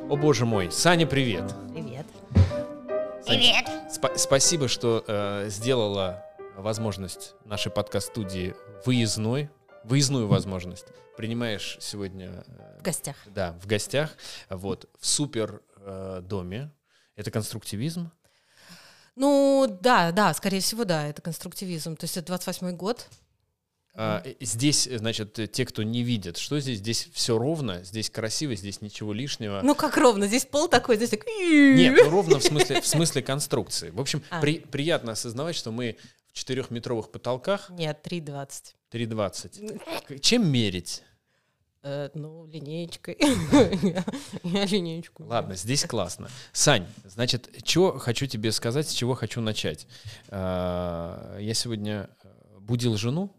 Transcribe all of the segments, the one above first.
О боже мой, Саня, привет. Привет. Привет. Спасибо, что сделала возможность нашей подкаст-студии выездную возможность. Принимаешь сегодня... В гостях. Да, в гостях. Вот, в супер доме. Это конструктивизм? Ну, да, скорее всего, да, это конструктивизм. То есть это 28-й год. Здесь, значит, те, кто не видит, что здесь? Здесь все ровно, здесь красиво, здесь ничего лишнего. Ну, как ровно? Здесь пол такой, здесь так... Нет, ну ровно в смысле конструкции. В общем, приятно осознавать, что мы в 4-метровых потолках. Нет, 3,20. 3,20. Чем мерить? Линеечкой. Я линеечку. Ладно, здесь классно. Сань, значит, что хочу тебе сказать, с чего хочу начать. Я сегодня будил жену.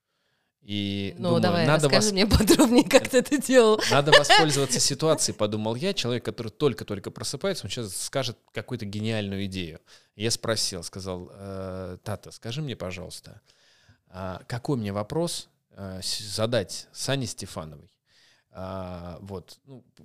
И думаю, давай, расскажи мне подробнее, как ты это делал. Надо воспользоваться ситуацией, подумал я. Человек, который только-только просыпается, он сейчас скажет какую-то гениальную идею. Я сказал, Тата, скажи мне, пожалуйста, какой мне вопрос задать Сане Стефановой? Вот.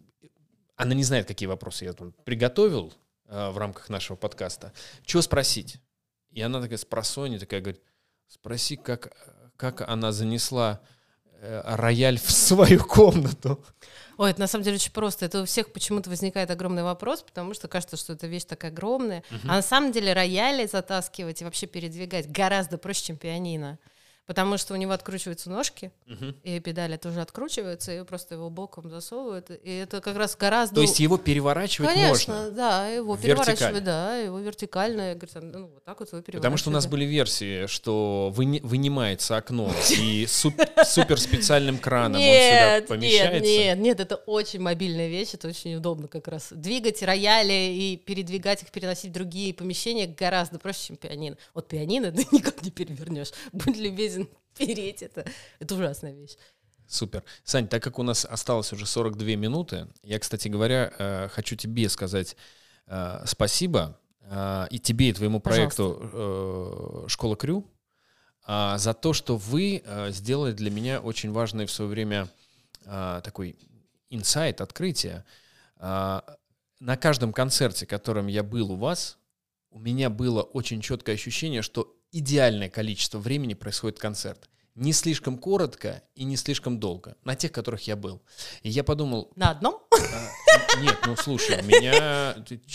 Она не знает, какие вопросы я там приготовил в рамках нашего подкаста. Чего спросить? И она такая спросонья, такая говорит, спроси, как она занесла рояль в свою комнату. Ой, это на самом деле очень просто. Это у всех почему-то возникает огромный вопрос, потому что кажется, что эта вещь такая огромная. А на самом деле рояли затаскивать и вообще передвигать гораздо проще, чем пианино. Потому что у него откручиваются ножки, и педали тоже откручиваются, и просто его боком засовывают. И это как раз гораздо... То есть его переворачивать Конечно, можно? да, его переворачивать, да, его вертикально. Говорит, вот так вот его переворачивать. Потому что у нас были версии, что вынимается окно, и супер специальным краном он сюда помещается. Нет, это очень мобильная вещь, это очень удобно как раз. Двигать рояли и передвигать их, переносить в другие помещения гораздо проще, чем пианино. Вот пианино ты никак не перевернешь. Будь любезен переть, это ужасная вещь. Супер. Сань, так как у нас осталось уже 42 минуты, я, кстати говоря, хочу тебе сказать спасибо и тебе, и твоему проекту «Школа Крю» за то, что вы сделали для меня очень важный в свое время такой инсайт, открытие. На каждом концерте, которым я был у вас, у меня было очень четкое ощущение, что идеальное количество времени происходит концерт. Не слишком коротко и не слишком долго. На тех, которых я был. И я подумал... На одном? Нет, слушай, у меня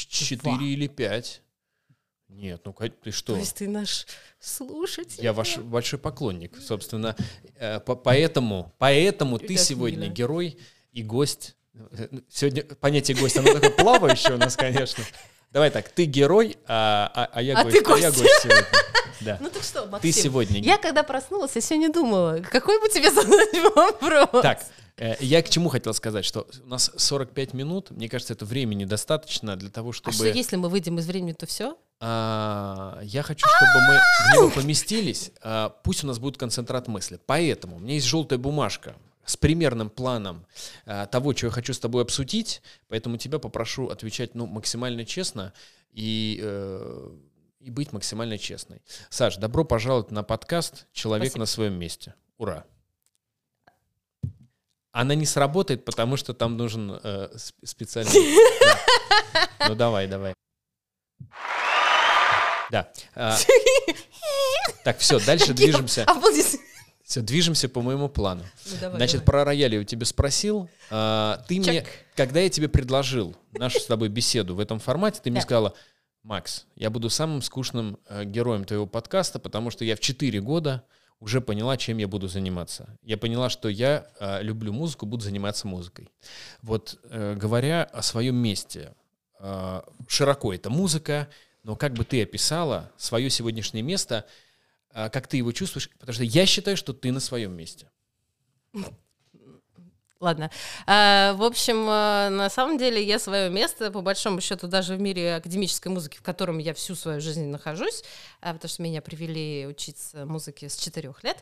4 или 5. Нет, ты что? То есть ты наш слушатель? Я ваш большой поклонник, собственно. Поэтому ты сегодня герой и гость. Сегодня понятие гость, оно такое плавающее у нас, конечно. Давай так, ты герой, а я гость сегодня. Да. Ну так что, Максим, ты сегодня... Я когда проснулась, я сегодня думала, какой бы тебе задать вопрос? Так, я к чему хотел сказать, что у нас 45 минут, мне кажется, это времени достаточно для того, чтобы... А что, если мы выйдем из времени, то все? Я хочу, чтобы мы в него поместились, пусть у нас будет концентрат мысли. Поэтому у меня есть желтая бумажка с примерным планом того, что я хочу с тобой обсудить, поэтому тебя попрошу отвечать максимально честно и быть максимально честной. Саш, добро пожаловать на подкаст «Человек Спасибо. на своем месте». Ура! Она не сработает, потому что там нужен специальный... Ну давай. Да. Так, все, дальше движемся. Все, движемся по моему плану. Значит, про рояль я у тебя спросил. Ты мне, когда я тебе предложил нашу с тобой беседу в этом формате, ты мне сказала: Макс, я буду самым скучным героем твоего подкаста, потому что я в 4 года уже поняла, чем я буду заниматься. Я поняла, что я люблю музыку, буду заниматься музыкой. Вот говоря о своем месте, широко это музыка, но как бы ты описала свое сегодняшнее место, как ты его чувствуешь? Потому что я считаю, что ты на своем месте. Ладно. В общем, на самом деле я свое место, по большому счету, даже в мире академической музыки, в котором я всю свою жизнь нахожусь, потому что меня привели учиться музыке с 4 лет,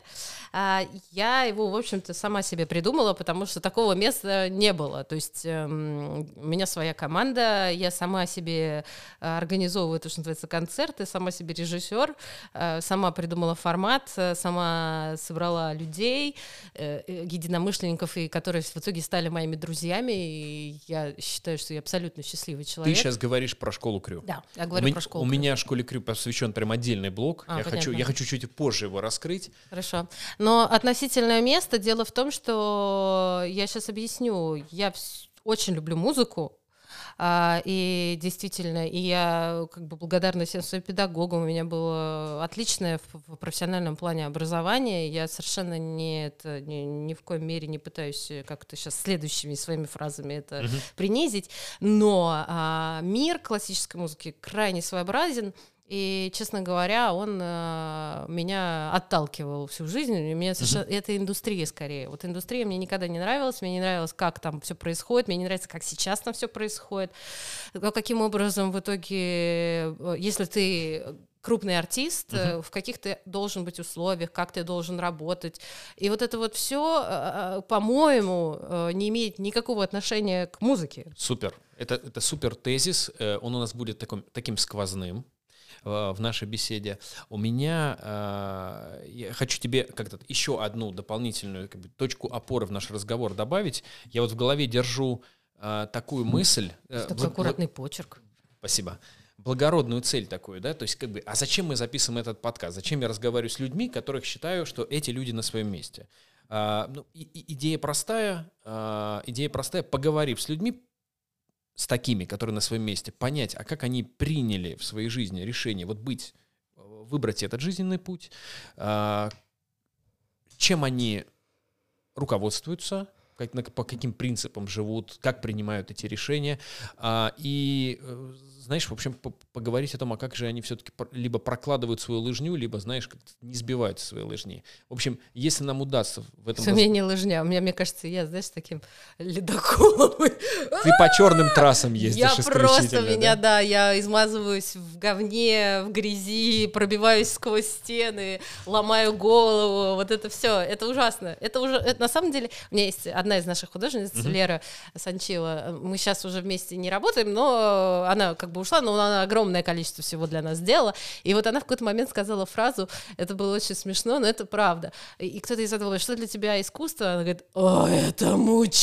Я его, в общем-то, сама себе придумала, потому что такого места не было. То есть у меня своя команда, я сама себе организовываю то, что называется, концерты, сама себе режиссер, сама придумала формат, сама собрала людей, единомышленников, и которые в итоге стали моими друзьями, и я считаю, что я абсолютно счастливый человек. Ты сейчас говоришь про школу Крю. Да, я говорю про школу У Крю. меня школе Крю посвящен прям отдельный блок. Я хочу чуть позже его раскрыть. Хорошо. Но относительное место, дело в том, что я сейчас объясню. Я очень люблю музыку. И действительно, и я как бы благодарна всем своим педагогам. У меня было отличное в профессиональном плане образование. Я совершенно ни в коем мере не пытаюсь как-то сейчас следующими своими фразами это принизить. Но мир классической музыки крайне своеобразен. И, честно говоря, он меня отталкивал всю жизнь. Это индустрия скорее. Вот индустрия мне никогда не нравилась. Мне не нравилось, как там все происходит. Мне не нравится, как сейчас там все происходит. Каким образом в итоге, если ты крупный артист, в каких ты должен быть условиях, как ты должен работать. И вот это вот все, по-моему, не имеет никакого отношения к музыке. Супер. Это супер тезис. Он у нас будет таким сквозным в нашей беседе. У меня, я хочу тебе как-то еще одну дополнительную точку опоры в наш разговор добавить. Я вот в голове держу такую мысль. Такой аккуратный почерк. Спасибо. Благородную цель такую, да, то есть а зачем мы записываем этот подкаст? Зачем я разговариваю с людьми, которых считаю, что эти люди на своем месте? Идея простая, поговорив с людьми, с такими, которые на своем месте, понять, а как они приняли в своей жизни решение выбрать этот жизненный путь, чем они руководствуются, по каким принципам живут, как принимают эти решения, и, знаешь, в общем, поговорить о том, а как же они все-таки либо прокладывают свою лыжню, либо, знаешь, не сбиваются свои лыжни. В общем, если нам удастся в этом... У меня не лыжня, мне кажется, я, знаешь, таким ледоколом. Ты по черным трассам ездишь исключительно, я измазываюсь в говне, в грязи, пробиваюсь сквозь стены, ломаю голову, вот это все, это ужасно. Это на самом деле, у меня есть одна из наших художниц, Лера Санчила, мы сейчас уже вместе не работаем, но она как бы ушла, но она огромное количество всего для нас сделала, и вот она в какой-то момент сказала фразу, это было очень смешно, но это правда, и кто-то из этого говорит, что для тебя искусство? Она говорит, это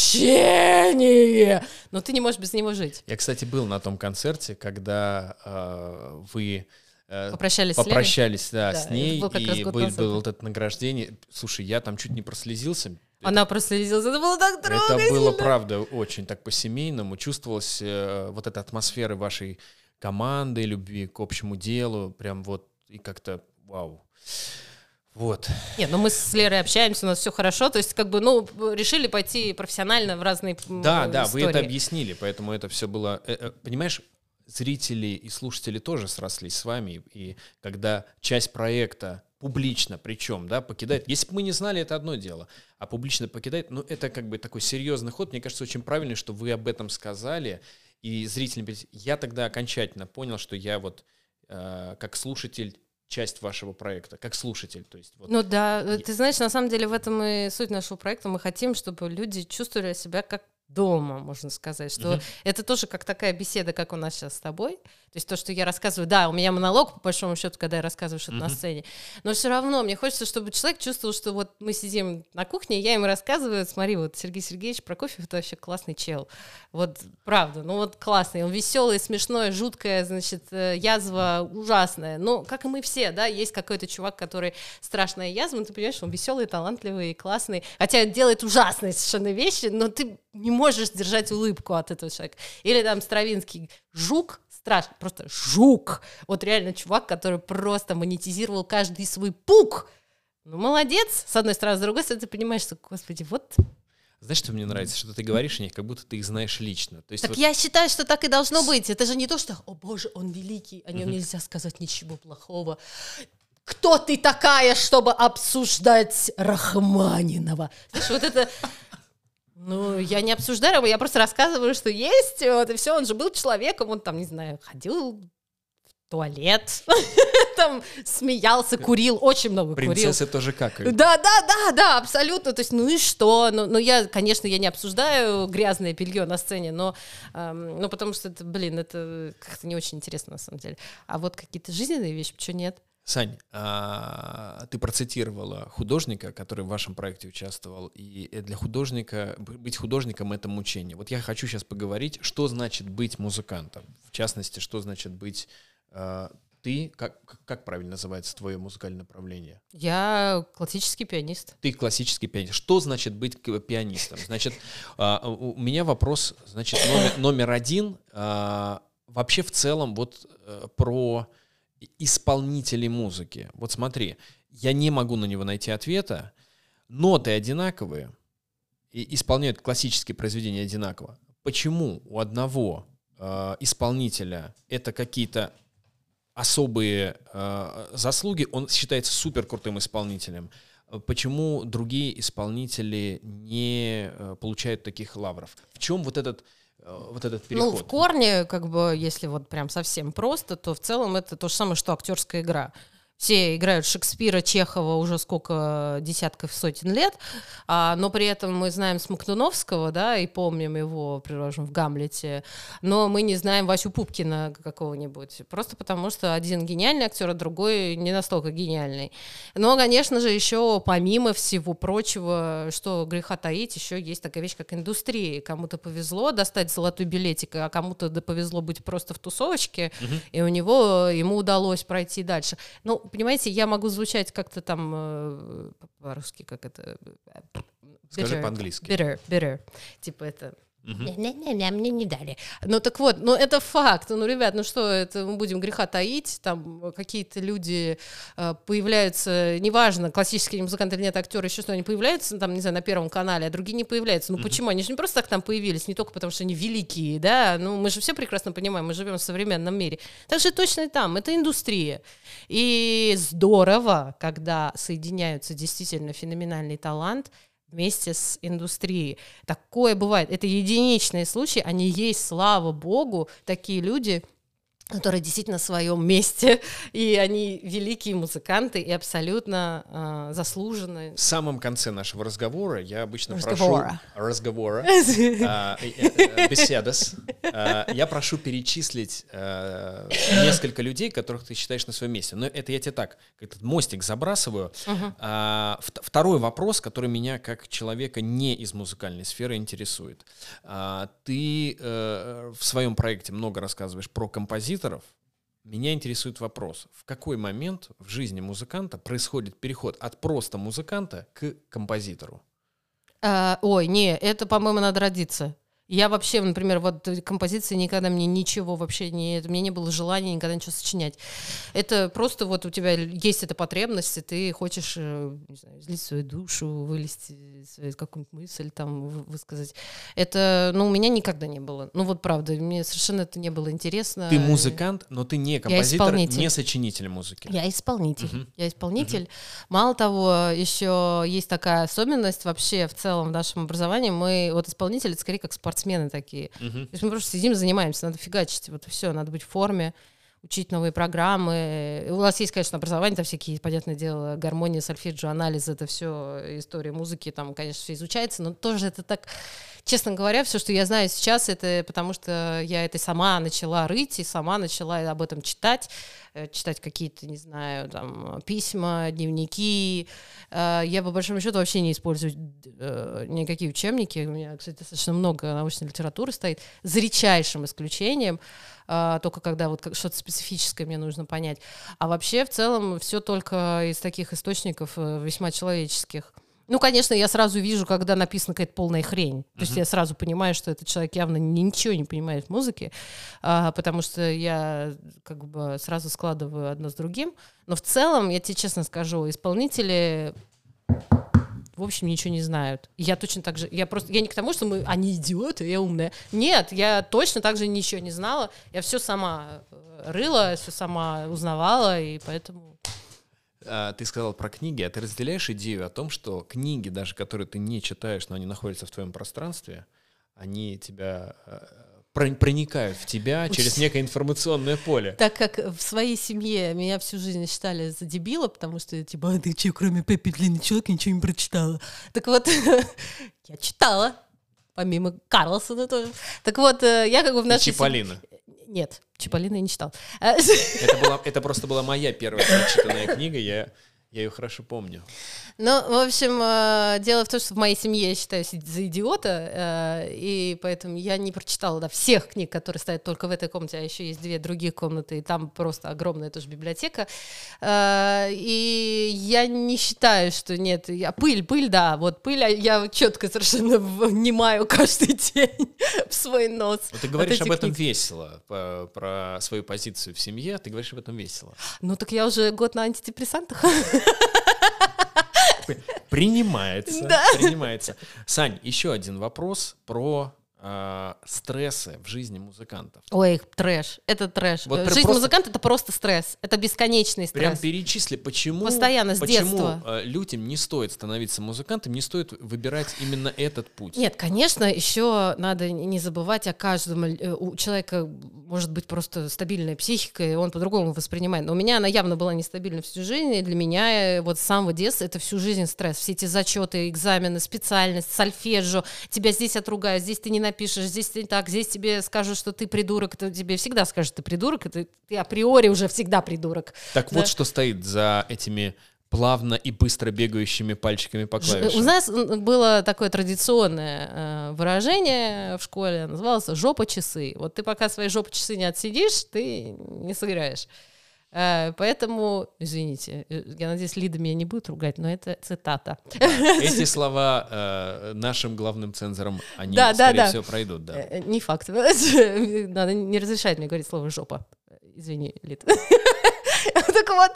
мучение, но ты не можешь без него жить. Я, кстати, был на том концерте, когда вы попрощались с ней, и было вот это награждение. Слушай, я там чуть не прослезился. Она прослезилась, это было так трогательно. Это было, правда, очень так по-семейному. Чувствовалась вот эта атмосфера вашей команды, любви к общему делу. Прям вот, и как-то вау. Вот. Нет, мы с Лерой общаемся, у нас все хорошо. То есть, как бы, решили пойти профессионально в разные истории. Да, вы это объяснили, поэтому это все было... Понимаешь, зрители и слушатели тоже срослись с вами, и когда часть проекта публично, причем, да, покидает, если бы мы не знали, это одно дело, а публично покидает, это как бы такой серьезный ход, мне кажется, очень правильный, что вы об этом сказали, и зрителям, я тогда окончательно понял, что я вот как слушатель часть вашего проекта, как слушатель, то есть... Вот, ты знаешь, на самом деле в этом и суть нашего проекта, мы хотим, чтобы люди чувствовали себя как дома, можно сказать, что это тоже как такая беседа, как у нас сейчас с тобой. То есть то, что я рассказываю, да, у меня монолог, по большому счету, когда я рассказываю что-то на сцене, но все равно мне хочется, чтобы человек чувствовал, что вот мы сидим на кухне, я ему рассказываю, смотри, вот Сергей Сергеевич Прокофьев — это вообще классный чел. Вот правда, классный, он веселый, смешной, жуткая, значит, язва ужасная. Как и мы все, да, есть какой-то чувак, который страшная язва, но ты понимаешь, он веселый, талантливый, классный, хотя делает ужасные совершенно вещи, но ты не можешь держать улыбку от этого человека. Или там Стравинский жук, страшно, просто жук. Вот реально чувак, который просто монетизировал каждый свой пук. Молодец, с одной стороны, с другой стороны, ты понимаешь, что, господи, вот... Знаешь, что мне нравится? Что ты говоришь о них, как будто ты их знаешь лично. То есть так я считаю, что так и должно быть. Это же не то, что, о боже, он великий, о нем нельзя сказать ничего плохого. Кто ты такая, чтобы обсуждать Рахманинова? Знаешь, вот это... я не обсуждаю, я просто рассказываю, что есть, вот, и все, он же был человеком, он там, не знаю, ходил в туалет, там смеялся, курил, очень много курил. Принцессы тоже какают. Да, абсолютно. То есть, ну и что? Ну я, конечно, я не обсуждаю грязное белье на сцене, но потому что это, это как-то не очень интересно на самом деле. А вот какие-то жизненные вещи, почему нет? Сань, ты процитировала художника, который в вашем проекте участвовал, и для художника, быть художником — это мучение. Вот я хочу сейчас поговорить, что значит быть музыкантом. В частности, что значит быть ты, как правильно называется твое музыкальное направление? Я классический пианист. Ты классический пианист. Что значит быть пианистом? Значит, у меня вопрос, значит, номер один, вообще в целом вот про исполнителей музыки. Вот смотри, я не могу на него найти ответа. Ноты одинаковые, и исполняют классические произведения одинаково. Почему у одного исполнителя это какие-то особые заслуги, он считается супер крутым исполнителем? Почему другие исполнители не получают таких лавров? В чем вот этот переход? Ну, в корне, если вот прям совсем просто, то в целом это то же самое, что актерская игра. Все играют Шекспира, Чехова уже сколько десятков, сотен лет, но при этом мы знаем Смоктуновского, да, и помним его, предположим, в «Гамлете», но мы не знаем Васю Пупкина какого-нибудь, просто потому что один гениальный актер, а другой не настолько гениальный. Но, конечно же, еще помимо всего прочего, что греха таить, еще есть такая вещь, как индустрия. Кому-то повезло достать золотой билетик, а кому-то повезло быть просто в тусовочке, и ему удалось пройти дальше. Ну, понимаете, я могу звучать как-то там по-русски, как это... Скажи по-английски. Bitter. Типа это... Мне не дали. Ну так вот, это факт. Ну, ребят, что это мы будем греха таить? Там какие-то люди появляются, неважно, классические музыканты или нет, актеры, еще что, они появляются, там, не знаю, на Первом канале, а другие не появляются. Ну почему? Они же не просто так там появились, не только потому, что они великие, да? Ну мы же все прекрасно понимаем, мы живем в современном мире. Так же точно и там. Это индустрия. И здорово, когда соединяются действительно феноменальный талант вместе с индустрией. Такое бывает. Это единичные случаи, они есть, слава богу, такие люди, которые действительно в своем месте, и они великие музыканты и абсолютно заслуженные. В самом конце нашего разговора я обычно прошу... Беседас. Я прошу перечислить несколько людей, которых ты считаешь на своем месте. Но это я тебе так, этот мостик забрасываю. Второй вопрос, который меня как человека не из музыкальной сферы интересует. Ты в своем проекте много рассказываешь про композиторов. Меня интересует вопрос, в какой момент в жизни музыканта происходит переход от просто музыканта к композитору? Это, по-моему, надо родиться. Я вообще, например, вот композиции никогда мне ничего вообще не... Мне не было желания никогда ничего сочинять. Это просто вот у тебя есть эта потребность, и ты хочешь, не знаю, излить свою душу, вылезти свою какую-нибудь мысль там высказать. Это, у меня никогда не было. Ну вот правда, мне совершенно это не было интересно. Ты музыкант, но ты не композитор, не сочинитель музыки. Я исполнитель. Я исполнитель. Мало того, еще есть такая особенность вообще в целом в нашем образовании. Мы, вот исполнители, это скорее как спортсмены такие. То есть мы просто сидим, занимаемся, надо фигачить, вот и все, надо быть в форме, учить новые программы. У нас есть, конечно, образование, там всякие, понятное дело, гармония, сольфеджио, анализ, это все история музыки, там, конечно, все изучается, но тоже это так, честно говоря, все, что я знаю сейчас, это потому что я это сама начала рыть и сама начала об этом читать какие-то, не знаю, там, письма, дневники. Я, по большому счету, вообще не использую никакие учебники. У меня, кстати, достаточно много научной литературы стоит, за редчайшим исключением, только когда вот что-то специфическое мне нужно понять. А вообще, в целом, все только из таких источников весьма человеческих. Ну, конечно, я сразу вижу, когда написана какая-то полная хрень. То есть я сразу понимаю, что этот человек явно ничего не понимает в музыке, потому что я сразу складываю одно с другим. Но в целом, я тебе честно скажу, исполнители, в общем, ничего не знают. Я точно так же... Я не к тому, что они идиоты, я умная. Нет, я точно так же ничего не знала. Я все сама рыла, все сама узнавала, и поэтому... Ты сказал про книги, а ты разделяешь идею о том, что книги, даже которые ты не читаешь, но они находятся в твоем пространстве, они тебя проникают в тебя через некое информационное поле. Так как в своей семье меня всю жизнь считали за дебила, потому что, типа, ты что, кроме Пеппи Длинный Чулок, ничего не прочитала. Так вот, я читала, помимо Карлсона тоже. Так вот, я как бы в нашей... Чиполлино. Нет, Чиполлино я не читал. Это просто была моя первая прочитанная книга, я ее хорошо помню. Ну, в общем, дело в том, что в моей семье я считаюсь за идиота, и поэтому я не прочитала всех книг, которые стоят только в этой комнате, а еще есть 2 другие комнаты, и там просто огромная тоже библиотека. И я не считаю, что нет. Пыль, да, вот пыль я четко совершенно внимаю каждый день в свой нос. Вот ты говоришь об этом весело, про свою позицию в семье, ты говоришь об этом весело. Ну, так я уже год на антидепрессантах. Принимается, да. Принимается. Сань, еще один вопрос про стрессы в жизни музыкантов. Ой, трэш, это трэш. Вот Жизнь музыканта — это просто стресс, это бесконечный стресс. Прям перечисли, почему постоянно, с детства. Людям не стоит становиться музыкантом, не стоит выбирать именно этот путь. Нет, конечно, еще надо не забывать о каждом. У человека может быть просто стабильная психика, и он по-другому воспринимает. Но у меня она явно была нестабильна всю жизнь, и для меня вот с самого детства это всю жизнь стресс. Все эти зачеты, экзамены, специальность, сольфеджио, тебя здесь отругают, здесь ты не напишешь, здесь ты так, здесь тебе скажут, что ты придурок, это тебе всегда скажут, ты придурок, это ты априори уже всегда придурок. Так да? Вот что стоит за этими плавно и быстро бегающими пальчиками по клавишам. У нас было такое традиционное выражение в школе, называлось «жопа-часы». Вот ты пока свои жопа-часы не отсидишь, ты не сыграешь. Поэтому, извините, я надеюсь, Лида меня не будет ругать, но это цитата. Эти слова нашим главным цензором, они, скорее всего, пройдут. Да. Не факт. Надо не разрешать мне говорить слово «жопа». Извини, Лид. Так вот,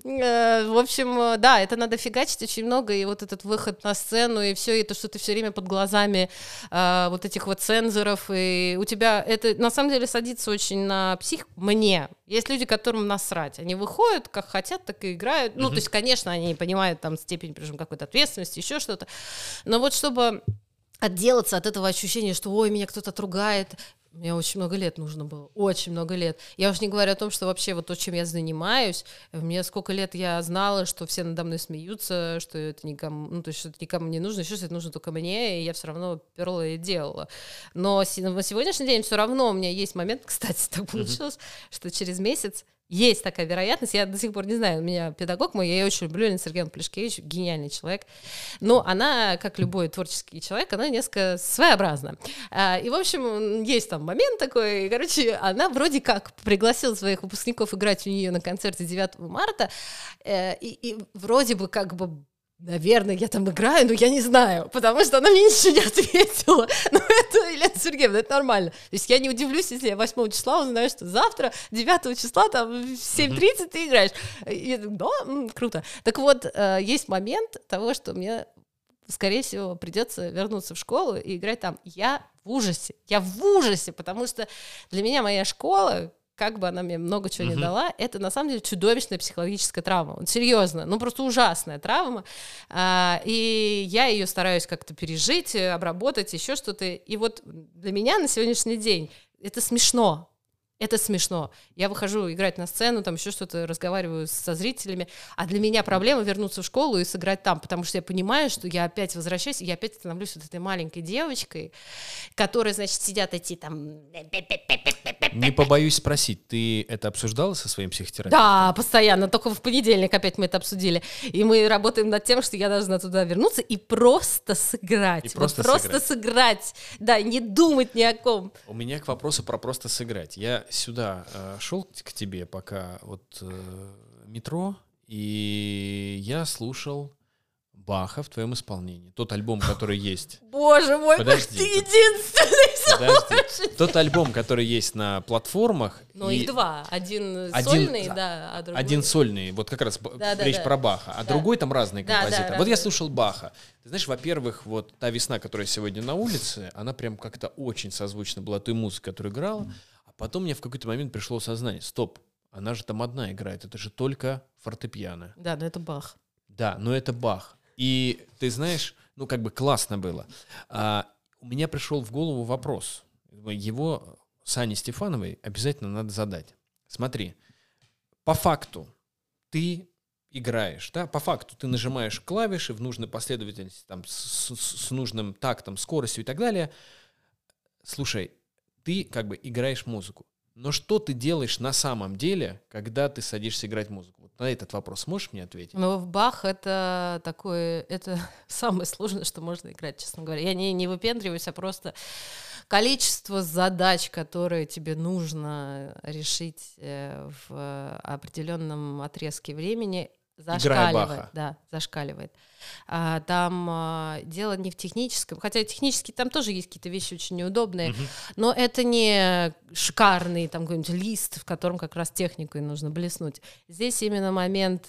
в общем, да, это надо фигачить очень много, и вот этот выход на сцену, и все это, что ты все время под глазами вот этих вот цензоров, и у тебя это на самом деле садится очень на психику. Мне. Есть люди, которым насрать. Они выходят, как хотят, так и играют. Ну, то есть, конечно, они понимают там степень, причем, какой-то ответственности, еще что-то. Но вот чтобы отделаться от этого ощущения, что ой, меня кто-то отругает. Мне очень много лет нужно было, очень много лет. Я уж не говорю о том, что вообще вот то, чем я занимаюсь, мне сколько лет я знала, что все надо мной смеются, что это никому, ну, то есть, что это никому не нужно, еще что это нужно только мне, и я все равно перла и делала. Но на сегодняшний день все равно у меня есть момент, кстати, так получилось, что через месяц есть такая вероятность, я до сих пор не знаю, у меня педагог мой, я ее очень люблю, Елена Сергеевна Плешкевич, гениальный человек, но она, как любой творческий человек, она несколько своеобразна. И, в общем, есть там момент такой, и, короче, она вроде как пригласила своих выпускников играть у нее на концерте 9 марта, и вроде бы как бы наверное, я там играю, но я не знаю, потому что она мне ничего не ответила. Но это, Елена Сергеевна, это нормально. То есть я не удивлюсь, если я 8 числа узнаю, что завтра, 9 числа, там, в 7:30 ты играешь. И, да, круто. Так вот, есть момент того, что мне, скорее всего, придется вернуться в школу и играть там. Я в ужасе, потому что для меня моя школа, как бы она мне много чего не дала, это на самом деле чудовищная психологическая травма. Вот, серьезно, ну просто ужасная травма. И я ее стараюсь как-то пережить, обработать, еще что-то. И вот для меня на сегодняшний день это смешно. Это смешно. Я выхожу играть на сцену, там еще что-то, разговариваю со зрителями, а для меня проблема вернуться в школу и сыграть там, потому что я понимаю, что я опять возвращаюсь, и я опять становлюсь вот этой маленькой девочкой, которая, значит, сидят эти там... Не побоюсь спросить, ты это обсуждала со своим психотерапевтом? Да, постоянно, только в понедельник опять мы это обсудили. И мы работаем над тем, что я должна туда вернуться и просто сыграть. Просто сыграть. Да, не думать ни о ком. У меня к вопросу про просто сыграть. Я сюда шел к тебе, пока вот метро, и я слушал Баха в твоем исполнении. Тот альбом, который есть. Боже мой, подожди, ты единственный. Подожди. Тот альбом, который есть на платформах. Ну, их два. Один сольный, да, а другой... Один сольный, вот как раз речь про Баха, а другой там разные композиторы. Вот я слушал Баха. Ты знаешь, во-первых, вот та весна, которая сегодня на улице, она прям как-то очень созвучна была той музыке, которую играла. А потом мне в какой-то момент пришло осознание. Стоп, она же там одна играет, это же только фортепиано. Да, но это Бах. Да, но это Бах. И ты знаешь, ну как бы классно было. У меня пришел в голову вопрос. Его с Аней Стефановой обязательно надо задать. Смотри, по факту ты играешь, да, по факту ты нажимаешь клавиши в нужной последовательности, там, с нужным тактом, скоростью и так далее. Слушай, ты как бы играешь музыку. Но что ты делаешь на самом деле, когда ты садишься играть музыку? Вот на этот вопрос можешь мне ответить? Ну, в Бах это самое сложное, что можно играть, честно говоря. Я не выпендриваюсь, а просто количество задач, которые тебе нужно решить в определенном отрезке времени, зашкаливает. Да, зашкаливает. Там дело не в техническом, хотя технически там тоже есть какие-то вещи очень неудобные, но это не шикарный там какой-нибудь лист, в котором как раз техникой нужно блеснуть. Здесь именно момент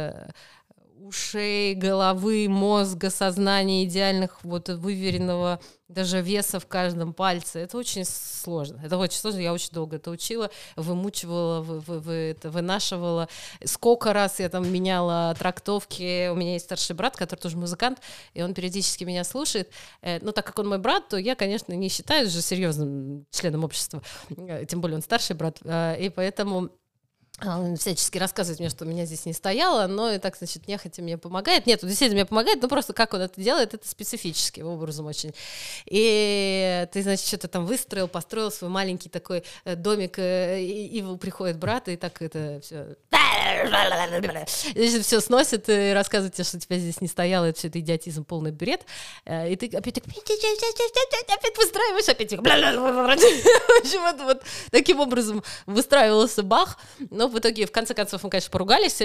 ушей, головы, мозга, сознания идеальных, вот выверенного даже веса в каждом пальце. Это очень сложно. Это очень сложно. Я очень долго это учила, вымучивала, вынашивала. Сколько раз я там меняла трактовки. У меня есть старший брат, который тоже музыкант, и он периодически меня слушает. Но так как он мой брат, то я, конечно, не считаю же серьезным членом общества. Тем более он старший брат. И поэтому... Он всячески рассказывает мне, что меня здесь не стояло, но и так, значит, нехотя мне помогает. Нет, он действительно мне помогает, но просто как он это делает, это специфическим образом очень. И ты, значит, что-то там построил свой маленький такой домик, и приходит брат, и так это все... Значит, все сносит и рассказывает тебе, что тебя здесь не стояло, это все это идиотизм, полный бред. И ты опять выстраиваешь, опять... В общем, вот таким образом выстраивался Бах, но в итоге, в конце концов, мы, конечно, поругались,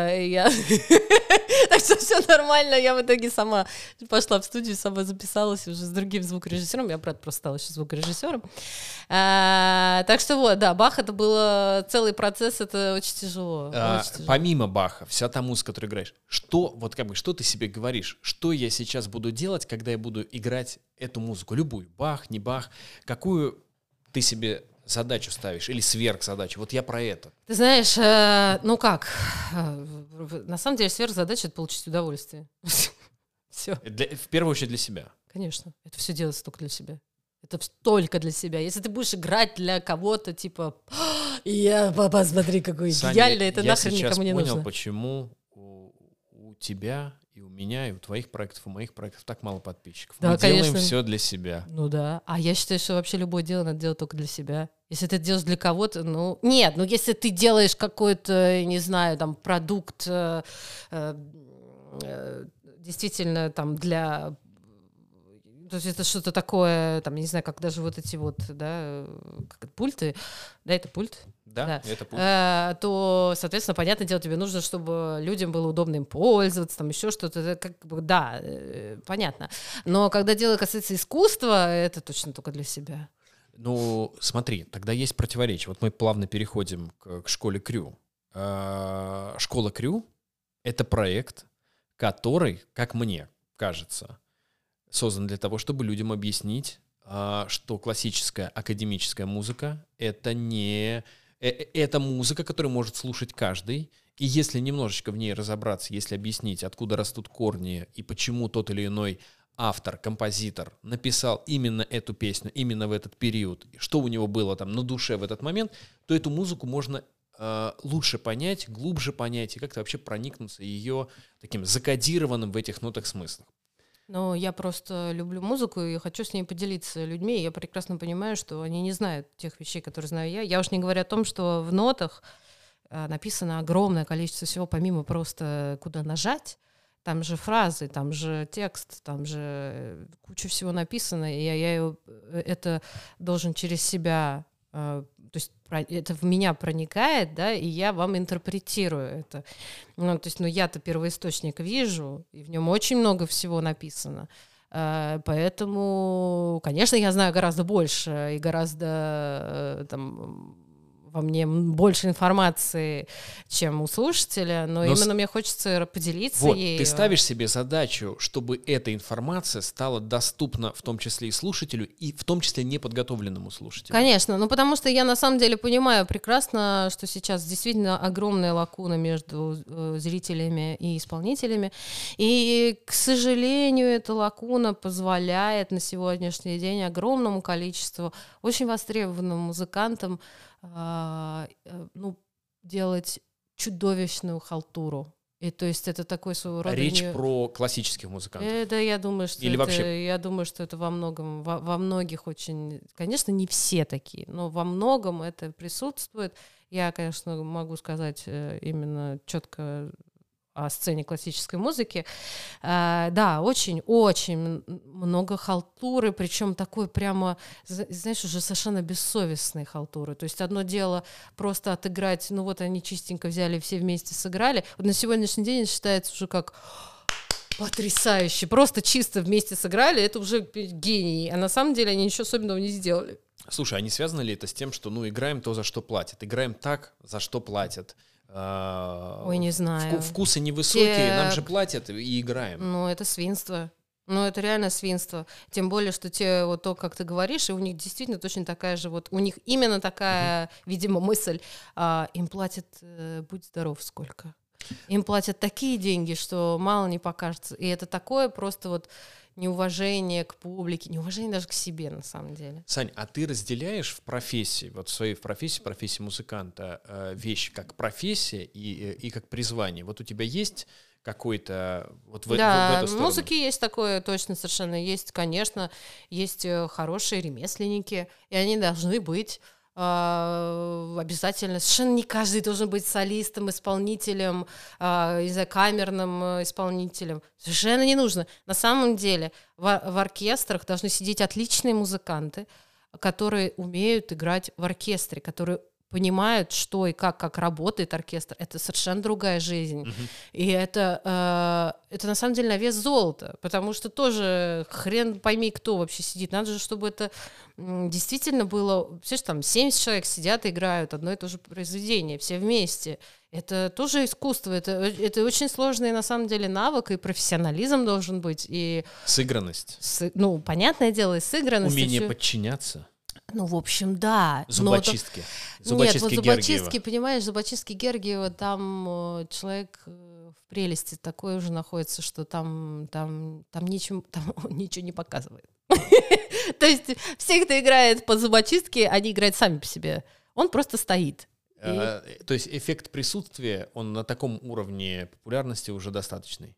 так что все нормально, я в итоге сама пошла в студию, сама записалась уже с другим звукорежиссером, я, брат, просто стала еще звукорежиссером. Так что вот, да, Бах — это был целый процесс, это очень тяжело. Помимо Баха, вся та музыка, которую играешь, что ты себе говоришь? Что я сейчас буду делать, когда я буду играть эту музыку? Любую, Бах, не Бах, какую ты себе задачу ставишь или сверхзадачу? Вот я про это. Ты знаешь, ну как, на самом деле сверхзадача — это получить удовольствие. Все. В первую очередь для себя. Конечно, это все делается только для себя. Это только для себя. Если ты будешь играть для кого-то, типа, посмотри, какой идеальный, это нахрен никому не нужно. Я сейчас понял, почему у тебя и у меня, и у твоих проектов, и у моих проектов так мало подписчиков. Да, мы конечно. делаем все для себя. Ну да. А я считаю, что вообще любое дело надо делать только для себя. Если ты делаешь для кого-то, ну... Нет, ну если ты делаешь какой-то, не знаю, там, продукт действительно там для... То есть это что-то такое, там, не знаю, как даже вот эти вот, да, как это, пульты, да, это пульт? Да, это пульт. То, соответственно, понятное дело, тебе нужно, чтобы людям было удобно им пользоваться, там еще что-то, это как бы, да, понятно. Но когда дело касается искусства, это точно только для себя. Ну, смотри, тогда есть противоречие. Вот мы плавно переходим к школе Крю. Школа Крю — это проект, который, как мне кажется, создан для того, чтобы людям объяснить, что классическая академическая музыка — это не... Это музыка, которую может слушать каждый, и если немножечко в ней разобраться, если объяснить, откуда растут корни и почему тот или иной автор, композитор написал именно эту песню, именно в этот период, что у него было там на душе в этот момент, то эту музыку можно лучше понять, глубже понять и как-то вообще проникнуться ее таким закодированным в этих нотах смыслом. Ну, я просто люблю музыку и хочу с ней поделиться людьми. Я прекрасно понимаю, что они не знают тех вещей, которые знаю я. Я уж не говорю о том, что в нотах написано огромное количество всего, помимо просто куда нажать. Там же фразы, там же текст, там же куча всего написано. И я это должен через себя... То есть это в меня проникает, да, и я вам интерпретирую это. Ну, то есть, я-то первоисточник вижу, и в нем очень много всего написано. Поэтому, конечно, я знаю гораздо больше и гораздо там во мне больше информации, чем у слушателя, но именно мне хочется поделиться ею. Ты ставишь себе задачу, чтобы эта информация стала доступна в том числе и слушателю, и в том числе неподготовленному слушателю. Конечно, потому что я на самом деле понимаю прекрасно, что сейчас действительно огромная лакуна между зрителями и исполнителями, и, к сожалению, эта лакуна позволяет на сегодняшний день огромному количеству очень востребованным музыкантам делать чудовищную халтуру. И то есть это такой своего рода... Речь про классических музыкантов. Это, я думаю, что Или это, вообще... я думаю, что это во многом, во многих очень... Конечно, не все такие, но во многом это присутствует. Я, конечно, могу сказать именно четко о сцене классической музыки. Да, очень-очень много халтуры, причем такой прямо, знаешь, уже совершенно бессовестной халтуры. То есть одно дело просто отыграть, ну вот они чистенько взяли, все вместе сыграли. Вот на сегодняшний день считается уже как потрясающе. Просто чисто вместе сыграли, это уже гений. А на самом деле они ничего особенного не сделали. Слушай, а не связано ли это с тем, что, играем то, за что платят? Играем так, за что платят? Ой, не знаю. Вкусы невысокие, нам же платят и играем. Ну, это свинство. Ну, это реально свинство. Тем более, что вот то, как ты говоришь, и у них действительно точно такая же, вот у них именно такая, видимо, мысль. Им платят, будь здоров, сколько. Им платят такие деньги, что мало не покажется. И это такое просто вот неуважение к публике, неуважение даже к себе, на самом деле. Сань, а ты разделяешь в профессии, вот в своей профессии музыканта, вещи как профессия и как призвание? Вот у тебя есть какой-то вот в эту сторону? В музыке есть такое точно совершенно. Есть, конечно, есть хорошие ремесленники, и они должны быть обязательно. Совершенно не каждый должен быть солистом, исполнителем, камерным исполнителем. Совершенно не нужно. На самом деле в оркестрах должны сидеть отличные музыканты, которые умеют играть в оркестре, которые понимают, что и как работает оркестр. Это совершенно другая жизнь. И это на самом деле на вес золота, потому что тоже хрен пойми, кто вообще сидит. Надо же, чтобы это действительно было... Все же там 70 человек сидят и играют одно и то же произведение, все вместе. Это тоже искусство, это очень сложный на самом деле навык, и профессионализм должен быть. И сыгранность. Понятное дело, и сыгранность. Умение подчиняться. Ну, в общем, да. Зубочистки. Зубочистки, понимаешь, зубочистки Гергиева, там человек в прелести такой уже находится, что там ничего не показывает. То есть все, кто играет по зубочистке, они играют сами по себе. Он просто стоит. То есть эффект присутствия, он на таком уровне популярности уже достаточный?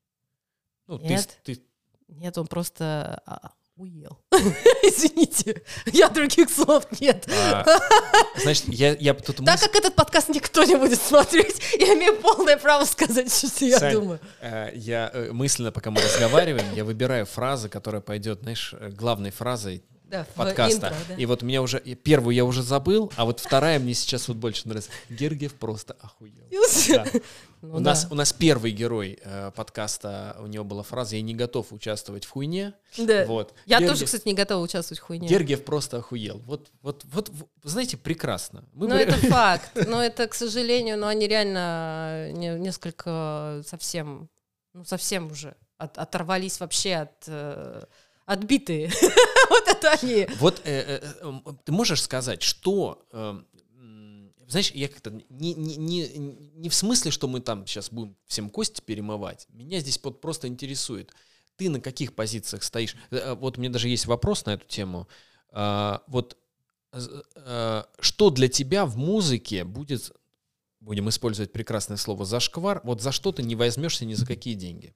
Нет, он просто... уел. Извините, я других слов нет. Значит, я тут... Так как этот подкаст никто не будет смотреть, я имею полное право сказать, что я думаю. Я мысленно, пока мы разговариваем, я выбираю фразы, которая пойдет, знаешь, главной фразой подкаста. Интро, да. И вот у меня уже... Первую я уже забыл, а вот вторая мне сейчас вот больше нравится. Гергиев просто охуел. Да. У нас первый герой подкаста, у него была фраза: «Я не готов участвовать в хуйне». Да. Вот. Я тоже, кстати, не готова участвовать в хуйне. Гергиев просто охуел. Вот, знаете, прекрасно. Это факт. Но это, к сожалению, они реально несколько совсем уже оторвались вообще отбитые. Вот это они. Вот ты можешь сказать, что... Знаешь, я как-то не в смысле, что мы там сейчас будем всем кости перемывать. Меня здесь просто интересует. Ты на каких позициях стоишь? Вот у меня даже есть вопрос на эту тему. Вот что для тебя в музыке будет, будем использовать прекрасное слово, зашквар, вот за что ты не возьмешься ни за какие деньги?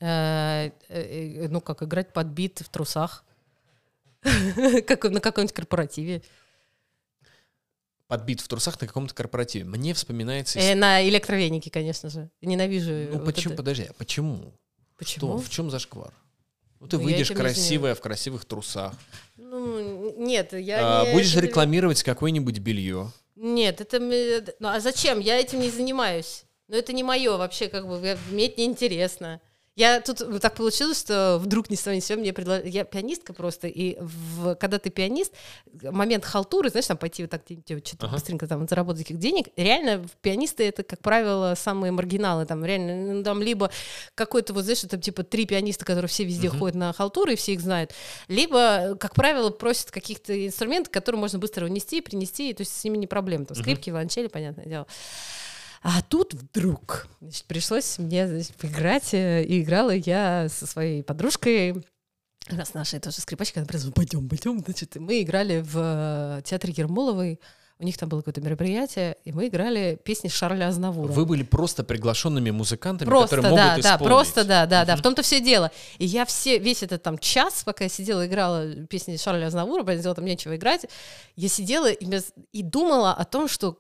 Как играть под бит в трусах. Как на каком-нибудь корпоративе. Подбит в трусах на каком-то корпоративе. Мне вспоминается... На электровенике, конечно же. Ненавижу. Почему? Подожди, а почему? Почему? В чем зашквар? Ты выйдешь красивая в красивых трусах. Нет, я не... Будешь рекламировать какое-нибудь белье. Нет, а зачем? Я этим не занимаюсь. Это не мое вообще, мне это неинтересно. Я тут так получилось, что вдруг ни с того ни с сего мне предложили... Я пианистка просто, и когда ты пианист, момент халтуры, знаешь, там пойти вот так что-то быстренько там заработать каких денег, реально пианисты — это, как правило, самые маргиналы, там реально, ну, там либо какой-то, вот знаешь, там типа 3 пианиста, которые все везде ходят на халтуры, и все их знают, либо, как правило, просят каких-то инструментов, которые можно быстро унести, принести, и, то есть с ними не проблема, там скрипки, виолончели, понятное дело. А тут вдруг, значит, пришлось мне, значит, поиграть, и играла я со своей подружкой, с нашей тоже скрипачкой, она просто пойдем, значит, и мы играли в театре Ермоловой, у них там было какое-то мероприятие, и мы играли песни Шарля Азнавура. Вы были просто приглашенными музыкантами, которые могут исполнить. Да, в том-то все дело. И я весь этот там час, пока я сидела, играла песни Шарля Азнавура, понятное дело, там нечего играть, я сидела и думала о том, что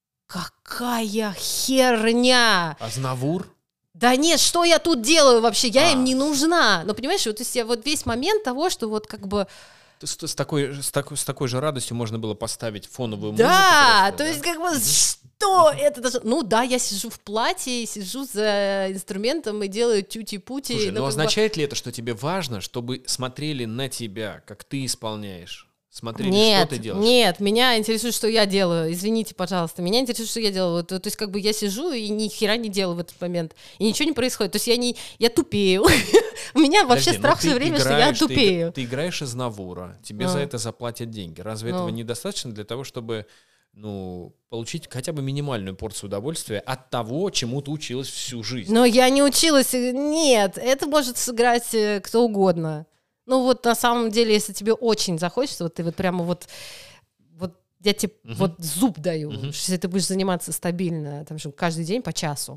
какая херня! Азнавур? Да нет, что я тут делаю вообще? Я им не нужна. Но понимаешь, вот, то есть, вот весь момент того, что вот как бы... С такой же радостью можно было поставить фоновую музыку. Да, то есть как бы что это даже... Ну да, я сижу в платье, сижу за инструментом и делаю тюти-пути. Слушай, но означает ли это, что тебе важно, чтобы смотрели на тебя, как ты исполняешь? Смотрели, что ты делаешь? Нет, меня интересует, что я делаю. Извините, пожалуйста. Меня интересует, что я делаю. То есть, как бы я сижу и ни хера не делаю в этот момент. И ничего не происходит. То есть я тупею. У меня вообще страх все время, что я тупею. Ты играешь Азнавура, тебе за это заплатят деньги. Разве этого недостаточно для того, чтобы получить хотя бы минимальную порцию удовольствия от того, чему ты училась всю жизнь? Но я не училась. Нет, это может сыграть кто угодно. Ну вот на самом деле, если тебе очень захочется, вот ты вот прямо вот я тебе вот зуб даю, если ты будешь заниматься стабильно, там, каждый день по часу,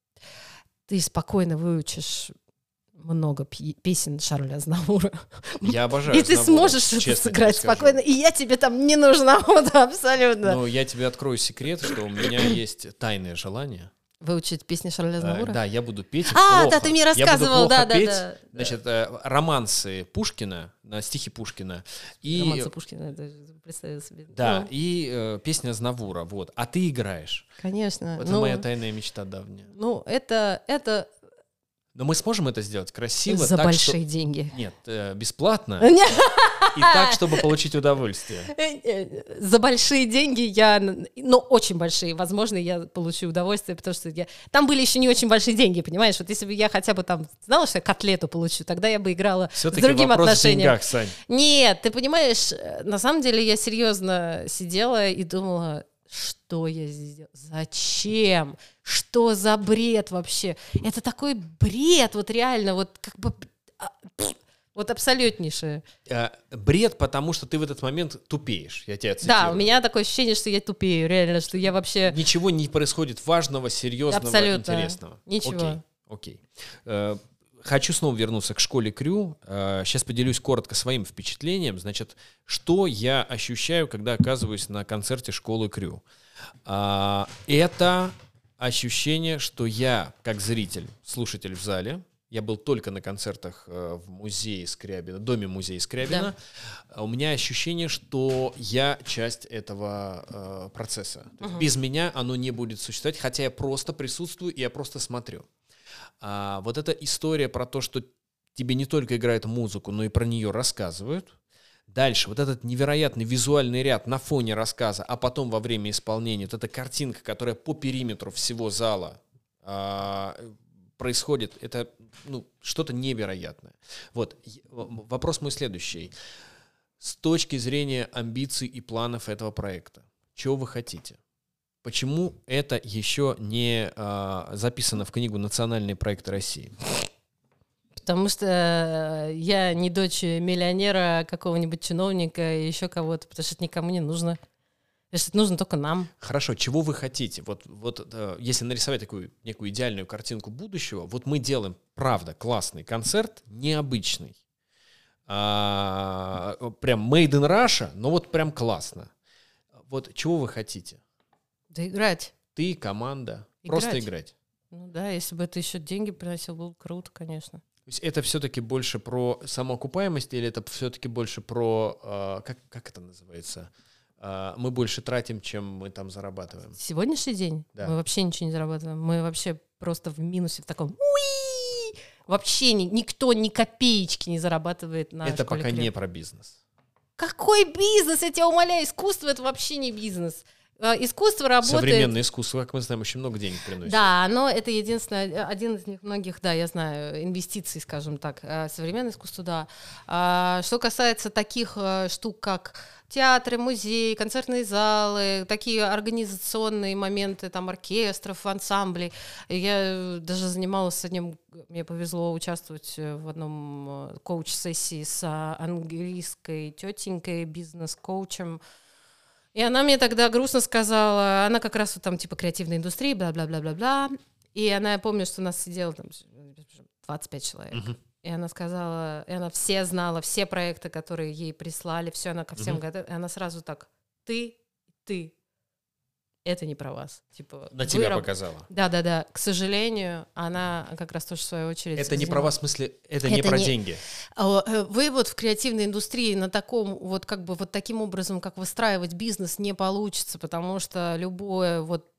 ты спокойно выучишь много песен Шарля Азнавура. Я обожаю И ты сможешь это сыграть спокойно, и я тебе там не нужна, вот абсолютно. Ну, я тебе открою секрет, что у меня есть тайное желание. Выучить песни Шарля Азнавура? Да, я буду петь плохо. Да, ты мне рассказывал, я буду петь, значит, романсы Пушкина, стихи Пушкина. Романсы Пушкина, это представил себе. Да, и песня Азнавура, вот. А ты играешь. Конечно. Это моя тайная мечта давняя. Ну, это... Но мы сможем это сделать красиво. За большие деньги. Нет, бесплатно. И так, чтобы получить удовольствие. За большие деньги очень большие, возможно, я получу удовольствие, потому что там были еще не очень большие деньги, понимаешь? Вот если бы я хотя бы там знала, что я котлету получу, тогда я бы играла с другим отношением. Все-таки вопрос в деньгах, Сань. Нет, ты понимаешь, на самом деле я серьезно сидела и думала, что я здесь делаю? Зачем? Что за бред вообще? Это такой бред, вот реально, вот как бы... Вот абсолютнейшее. Бред, потому что ты в этот момент тупеешь, я тебя цитирую. Да, у меня такое ощущение, что я тупею, реально, что я вообще... Ничего не происходит важного, серьезного, абсолютно. Интересного. Ничего. Окей. Хочу снова вернуться к школе Крю. Сейчас поделюсь коротко своим впечатлением. Значит, что я ощущаю, когда оказываюсь на концерте школы Крю? Это ощущение, что я, как зритель, слушатель в зале, я был только на концертах в музее Скрябина, доме музея Скрябина. Да. У меня ощущение, что я часть этого процесса. То есть без меня оно не будет существовать, хотя я просто присутствую и я просто смотрю. Вот эта история про то, что тебе не только играют музыку, но и про нее рассказывают. Дальше вот этот невероятный визуальный ряд на фоне рассказа, а потом во время исполнения, вот эта картинка, которая по периметру всего зала происходит, это что-то невероятное. Вот, вопрос мой следующий. С точки зрения амбиций и планов этого проекта, чего вы хотите? Почему это еще не записано в книгу «Национальные проекты России»? Потому что я не дочь миллионера, какого-нибудь чиновника и еще кого-то, потому что это никому не нужно. Это нужно только нам. Хорошо, чего вы хотите? Вот если нарисовать такую некую идеальную картинку будущего, вот мы делаем, правда, классный концерт, необычный. Прям made in Russia, но вот прям классно. Вот чего вы хотите? Да играть. Ты, команда. Играть. Просто играть. Ну да, если бы это еще деньги приносило, было бы круто, конечно. То есть это все-таки больше про самоокупаемость или это все-таки больше про... как это называется? Мы больше тратим, чем мы там зарабатываем. Сегодняшний день мы вообще ничего не зарабатываем. Мы вообще просто в минусе в таком... Вообще никто ни копеечки не зарабатывает на Это школе пока крем. не про бизнес. Какой бизнес? Я тебя умоляю, искусство — это вообще не бизнес. Искусство работает... Современное искусство, как мы знаем, очень много денег приносит. Да, но это единственное, один из них многих, да, я знаю, инвестиций, скажем так. Современное искусство, да. Что касается таких штук, как театры, музеи, концертные залы, такие организационные моменты, там, оркестров, ансамблей. Я даже занималась с одним, мне повезло участвовать в одном коуч-сессии с английской тетенькой, бизнес-коучем. И она мне тогда грустно сказала, она как раз вот там типа креативной индустрии, бла-бла-бла-бла-бла. И она, я помню, что у нас сидело там 25 человек. И она сказала, и она все знала, все проекты, которые ей прислали, все, она ко всем готова. И она сразу так, ты, это не про вас. Типа, на тебя показала. Да. К сожалению, она как раз тоже в свою очередь... Это не про вас, в смысле, это не про деньги. Вы вот в креативной индустрии на таком, вот как бы вот таким образом, как выстраивать бизнес, не получится, потому что любое вот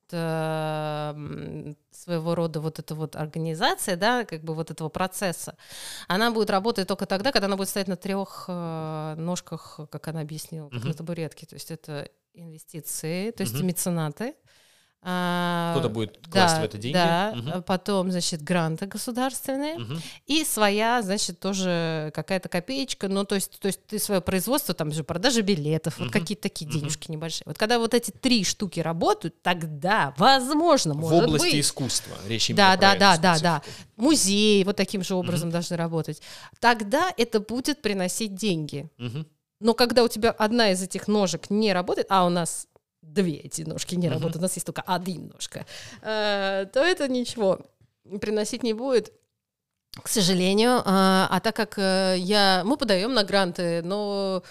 своего рода вот эта вот организация, да, как бы вот этого процесса, она будет работать только тогда, когда она будет стоять на 3 ножках, как она объяснила, как на табуретке. То есть это инвестиции, то есть меценаты. Кто-то будет класть в это деньги. Да, потом, значит, гранты государственные и своя, значит, тоже какая-то копеечка, ну, то есть ты свое производство, там же продажа билетов, вот какие-то такие денежки небольшие. Вот когда вот эти 3 штуки работают, тогда, возможно, может быть... В области искусства речь именно про это. Да. Музеи вот таким же образом должны работать. Тогда это будет приносить деньги. Но когда у тебя одна из этих ножек не работает, а у нас 2 эти ножки не работают, у нас есть только 1 ножка, то это ничего приносить не будет, к сожалению. А так как мы подаем на гранты, но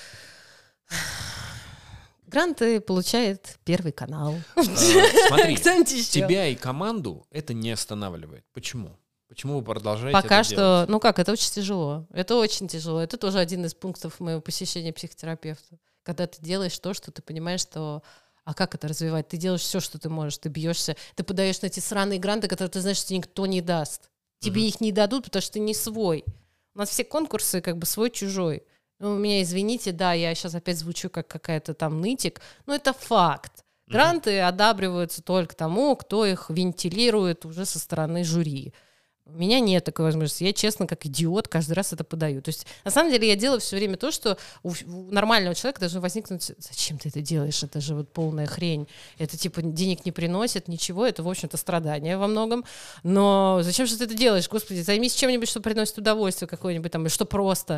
гранты получает Первый канал. Смотри, тебя и команду это не останавливает. Почему? Почему вы продолжаете Пока это что, делать? ну как, это очень тяжело. Это очень тяжело. Это тоже один из пунктов моего посещения психотерапевта. Когда ты делаешь то, что ты понимаешь, что... А как это развивать? Ты делаешь все, что ты можешь. Ты бьешься, ты подаешь на эти сраные гранты, которые ты знаешь, что тебе никто не даст. Тебе их не дадут, потому что ты не свой. У нас все конкурсы как бы свой-чужой. Ну, у меня, извините, да, я сейчас опять звучу как какая-то там нытик, но это факт. Гранты одабриваются только тому, кто их вентилирует уже со стороны жюри. У меня нет такой возможности. Я, честно, как идиот, каждый раз это подаю. То есть, на самом деле, я делаю все время то, что у нормального человека должно возникнуть: зачем ты это делаешь? Это же вот полная хрень. Это, типа, денег не приносит, ничего. Это, в общем-то, страдание во многом. Но зачем же ты это делаешь? Господи, займись чем-нибудь, что приносит удовольствие какое-нибудь там, и что просто.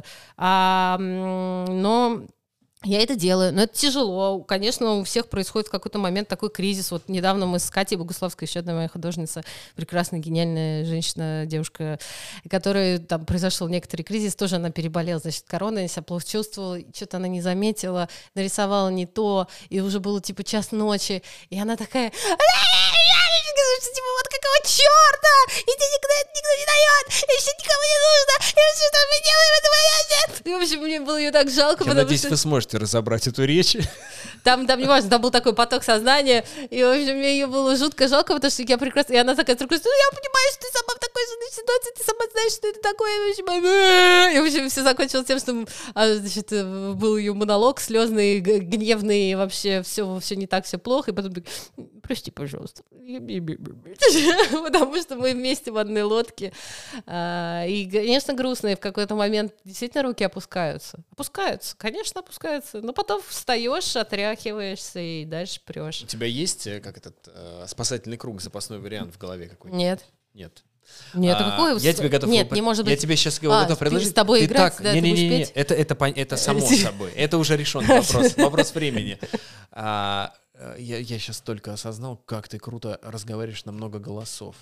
Но... Я это делаю, но это тяжело. Конечно, у всех происходит в какой-то момент такой кризис. Вот недавно мы с Катей Богуславской, еще одна моя художница, прекрасная, гениальная женщина, девушка, которой там произошел некоторый кризис, тоже она переболела, значит, короной, она себя плохо чувствовала, что-то она не заметила, нарисовала не то, и уже было типа 1:00 ночи, и она такая... Типа, вот какого черта? И денег никто не дает, и вообще никому не нужно, и вообще что мы делаем в этом моменте? И, в общем, мне было ее так жалко, Я надеюсь, вы сможете разобрать эту речь. Там не важно, там был такой поток сознания, и, в общем, мне ее было жутко жалко, потому что я прекрасно... И она такая, ну, я понимаю, что ты сама в такой же ситуации, ты сама знаешь, что это такое, и, в общем, все закончилось тем, что, значит, был ее монолог слезный, гневный, и вообще все не так, все плохо, и потом прости, пожалуйста, потому что мы вместе в одной лодке, и, конечно, грустно, и в какой-то момент действительно руки опускаются, конечно, опускаются, но потом встаешь, отряхиваешься и дальше прешь. У тебя есть, как этот, спасательный круг, запасной вариант в голове какой-то? Нет. Нет, какой? Я тебе готов... Нет, не может быть. Я тебе сейчас готов предложить. С тобой ты играть, так... да, Не, это само собой. Это уже решенный вопрос времени. Я сейчас только осознал, как ты круто разговариваешь на много голосов.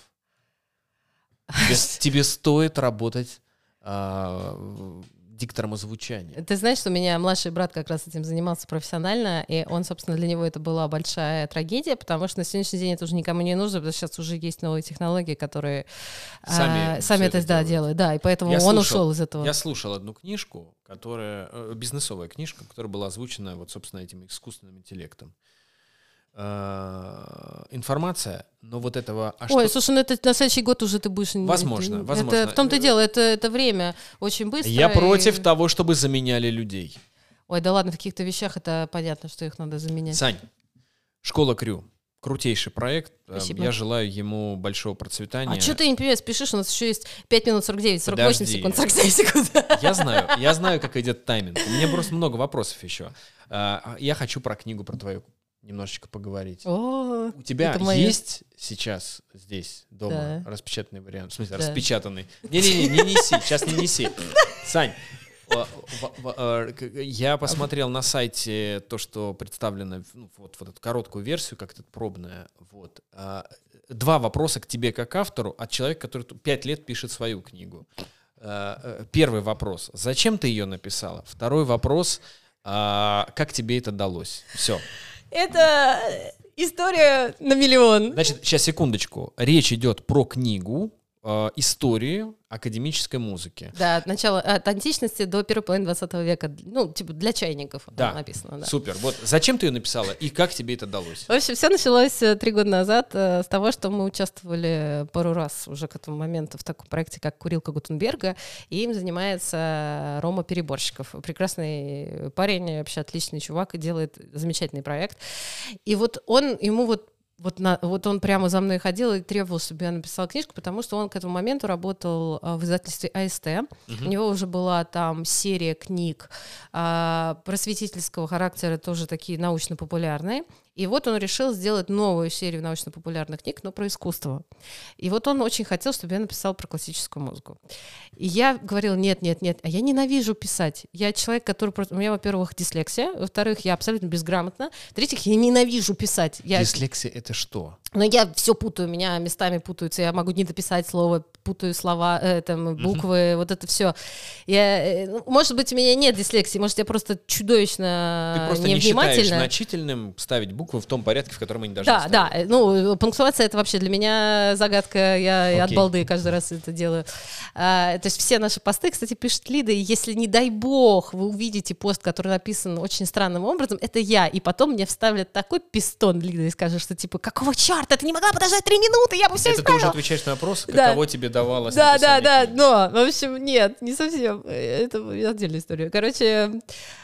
Тебе стоит работать диктором озвучания. Ты знаешь, что у меня младший брат как раз этим занимался профессионально, и он, собственно, для него это была большая трагедия, потому что на сегодняшний день это уже никому не нужно, потому что сейчас уже есть новые технологии, которые сами это делают. Да, и поэтому он ушел из этого. Я слушал одну книжку, бизнесовая книжка, которая была озвучена, вот, собственно, этим искусственным интеллектом. информация, но вот этого... Ой, слушай, ну это на следующий год уже ты будешь... Возможно. Это в том-то и дело, это время очень быстро. Я против того, чтобы заменяли людей. Ой, да ладно, в каких-то вещах это понятно, что их надо заменять. Сань, «Школа Крю». Крутейший проект. Спасибо. Я желаю ему большого процветания. А что ты не понимаешь, спешишь? У нас еще есть 5 минут 49, 48 секунд, 47 секунд. Я знаю, как идет тайминг. У меня просто много вопросов еще. Я хочу про книгу, про твою немножечко поговорить. У тебя есть сейчас здесь дома распечатанный вариант? В смысле, распечатанный? Не неси, сейчас не неси. Сань, я посмотрел на сайте то, что представлено, вот эту короткую версию, как это пробная. Вот. 2 вопроса к тебе как автору от человека, который 5 лет пишет свою книгу. Первый вопрос: зачем ты ее написала? Второй вопрос: как тебе это далось? Все. Это история на миллион. Значит, сейчас, секундочку. Речь идет про книгу истории академической музыки. Да, от начала, от античности до первой половины 20 века. Ну, типа для чайников написано. Да. Супер. Вот зачем ты ее написала и как тебе это далось? В общем, все началось 3 года назад с того, что мы участвовали пару раз уже к этому моменту в таком проекте, как «Курилка Гутенберга», и им занимается Рома Переборщиков. Прекрасный парень, вообще отличный чувак, и делает замечательный проект. И вот вот он прямо за мной ходил и требовал, чтобы я написала книжку, потому что он к этому моменту работал в издательстве АСТ. У него уже была там серия книг просветительского характера, тоже такие научно-популярные. И вот он решил сделать новую серию научно-популярных книг, но про искусство. И вот он очень хотел, чтобы я написала про классическую музыку. И я говорила: нет, а я ненавижу писать. Я человек, который... У меня, во-первых, дислексия, во-вторых, я абсолютно безграмотна, в-третьих, я ненавижу писать. Дислексия — это что? Но я все путаю, меня местами путаются, я могу не дописать слово, путаю слова, буквы, вот это все. Может быть, у меня нет дислексии, может, я просто чудовищно невнимательна. Ты просто не считаешь значительным ставить буквы в том порядке, в котором они должны ставить. Да, пунктуация — это вообще для меня загадка, я от балды каждый раз это делаю. То есть все наши посты, кстати, пишет Лида, и если, не дай бог, вы увидите пост, который написан очень странным образом, это я, и потом мне вставят такой пистон Лида и скажет, что типа: какого черта, ты не могла подождать 3 минуты, я бы все исправила. Это ты уже отвечаешь на вопрос, каково тебе давалось написание книги? Да, но, в общем, нет, не совсем, это отдельная история. Короче,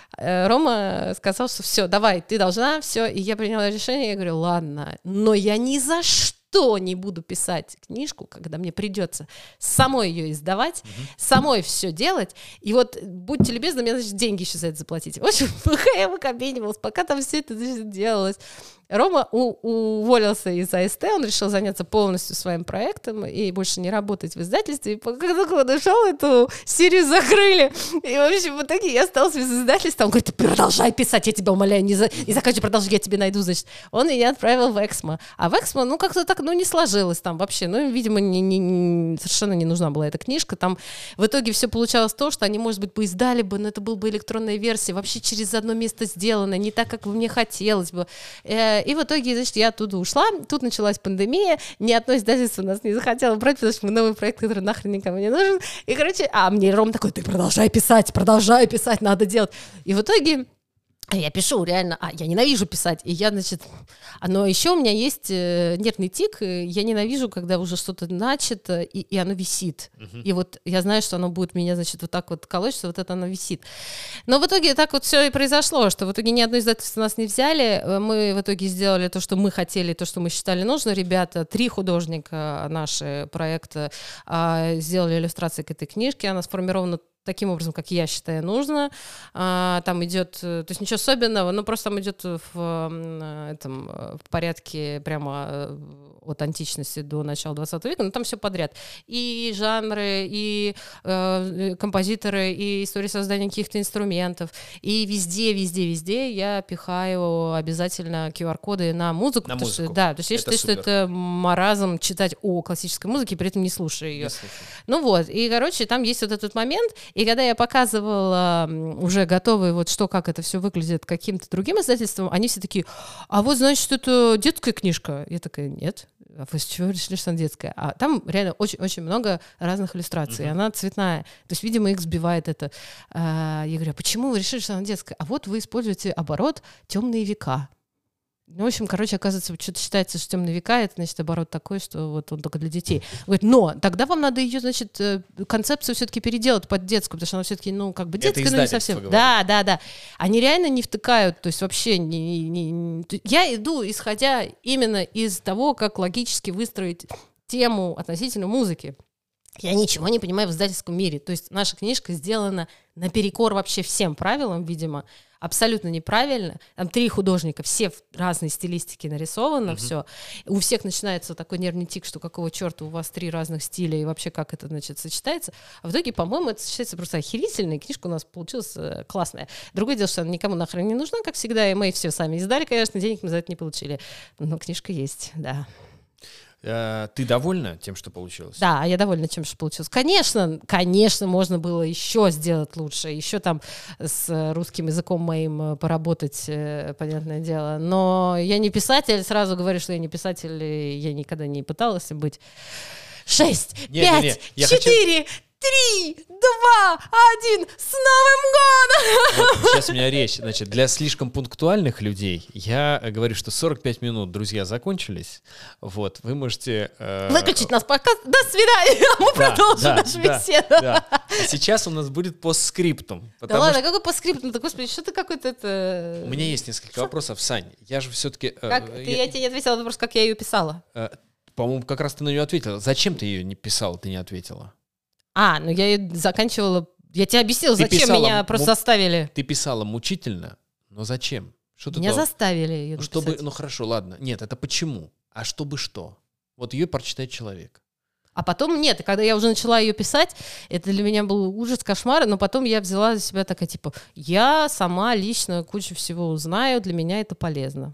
Рома сказал, что все, давай, ты должна, все, и я приняла решение, я говорю: ладно, но я ни за что не буду писать книжку, когда мне придется самой ее издавать, самой все делать, и вот, будьте любезны, мне, значит, деньги еще за это заплатите. В общем, пока я выкобенивалась, пока там все это делалось, Рома уволился из АСТ, он решил заняться полностью своим проектом и больше не работать в издательстве. И когда он нашел, эту серию закрыли. И, в общем, в итоге я осталась без издательства. Он говорит: ты продолжай писать, я тебя умоляю, не заканчивай, продолжай, я тебе найду, значит. Он меня отправил в Эксмо. А в Эксмо, как-то так, не сложилось там вообще. Видимо, совершенно не нужна была эта книжка. Там в итоге все получалось то, что они, может быть, бы издали бы, но это была бы электронная версия, вообще через одно место сделано, не так, как мне хотелось бы. И в итоге, значит, я оттуда ушла, тут началась пандемия, ни одно издательство нас не захотело брать, потому что мы новый проект, который нахрен никому не нужен. И, короче, мне Рома такой: ты продолжай писать, надо делать. И в итоге я пишу, реально, я ненавижу писать, и я, значит, но еще у меня есть нервный тик, я ненавижу, когда уже что-то начато, и оно висит, и вот я знаю, что оно будет меня, значит, вот так вот колоть, что вот это оно висит. Но в итоге так вот все и произошло, что в итоге ни одно издательство нас не взяли, мы в итоге сделали то, что мы хотели, то, что мы считали нужно, ребята, 3 художника наши проекта сделали иллюстрации к этой книжке, она сформирована таким образом, как я считаю, нужно. Там идет, то есть ничего особенного, но просто там идет в порядке прямо от античности до начала 20 века, но там все подряд. И жанры, и композиторы, и история создания каких-то инструментов. И везде я пихаю обязательно QR-коды на музыку. То есть я считаю, что это маразм читать о классической музыке, при этом не слушая ее. И, короче, там есть вот этот момент. И когда я показывала уже готовые, вот что, как это все выглядит каким-то другим издательством, они все такие: а вот, значит, это детская книжка. Я такая: нет. А вы с чего решили, что она детская? А там реально очень-очень много разных иллюстраций. Она цветная. То есть, видимо, их сбивает это. Я говорю: а почему вы решили, что она детская? А вот вы используете оборот «темные века». Ну, в общем, оказывается, что-то считается, что «Темные века» — это, значит, оборот такой, что вот он только для детей. Говорит, но тогда вам надо ее, значит, концепцию все-таки переделать под детскую, потому что она все-таки, ну, как бы детская, но не совсем. Да. Они реально не втыкают, то есть вообще Я иду, исходя именно из того, как логически выстроить тему относительно музыки. Я ничего не понимаю в издательском мире. То есть наша книжка сделана наперекор вообще всем правилам, видимо, абсолютно неправильно. Там 3 художника, все в разной стилистике нарисовано все. У всех начинается такой нервный тик, что какого черта у вас 3 разных стиля и вообще как это, значит, сочетается. А в итоге, по-моему, это сочетается просто охерительно, и книжка у нас получилась классная. Другое дело, что она никому нахрен не нужна, как всегда, и мы все сами издали, конечно, денег мы за это не получили. Но книжка есть, да. Ты довольна тем, что получилось? Да, я довольна тем, что получилось. Конечно, можно было еще сделать лучше, еще там с русским языком моим поработать, понятное дело. Но я не писатель, сразу говорю, что я не писатель, и я никогда не пыталась быть. 6, 5, 4, 3, 2, 1, с Новым годом! Вот, сейчас у меня речь. Значит, для слишком пунктуальных людей я говорю, что 45 минут, друзья, закончились. Вот, вы можете... Выключить нас подкаст. До свидания! Мы продолжим нашу беседу. Да. А сейчас у нас будет постскриптум. Да ладно, какой постскриптум? Да, господи, что ты какой-то это... У меня есть несколько вопросов, Сань. Я же все-таки... Я тебе не ответила на вопрос, как я ее писала. По-моему, как раз ты на нее ответила. Зачем ты ее не писала, ты не ответила? Ну я ее заканчивала... Я тебе объяснила, зачем меня просто заставили. Ты писала мучительно, но зачем? Меня заставили ее написать. Ну хорошо, ладно. Нет, это почему? А чтобы что? Вот ее прочитает человек. А потом нет, и когда я уже начала ее писать, это для меня был ужас, кошмар, но потом я взяла за себя такая, типа, я сама лично кучу всего узнаю, для меня это полезно.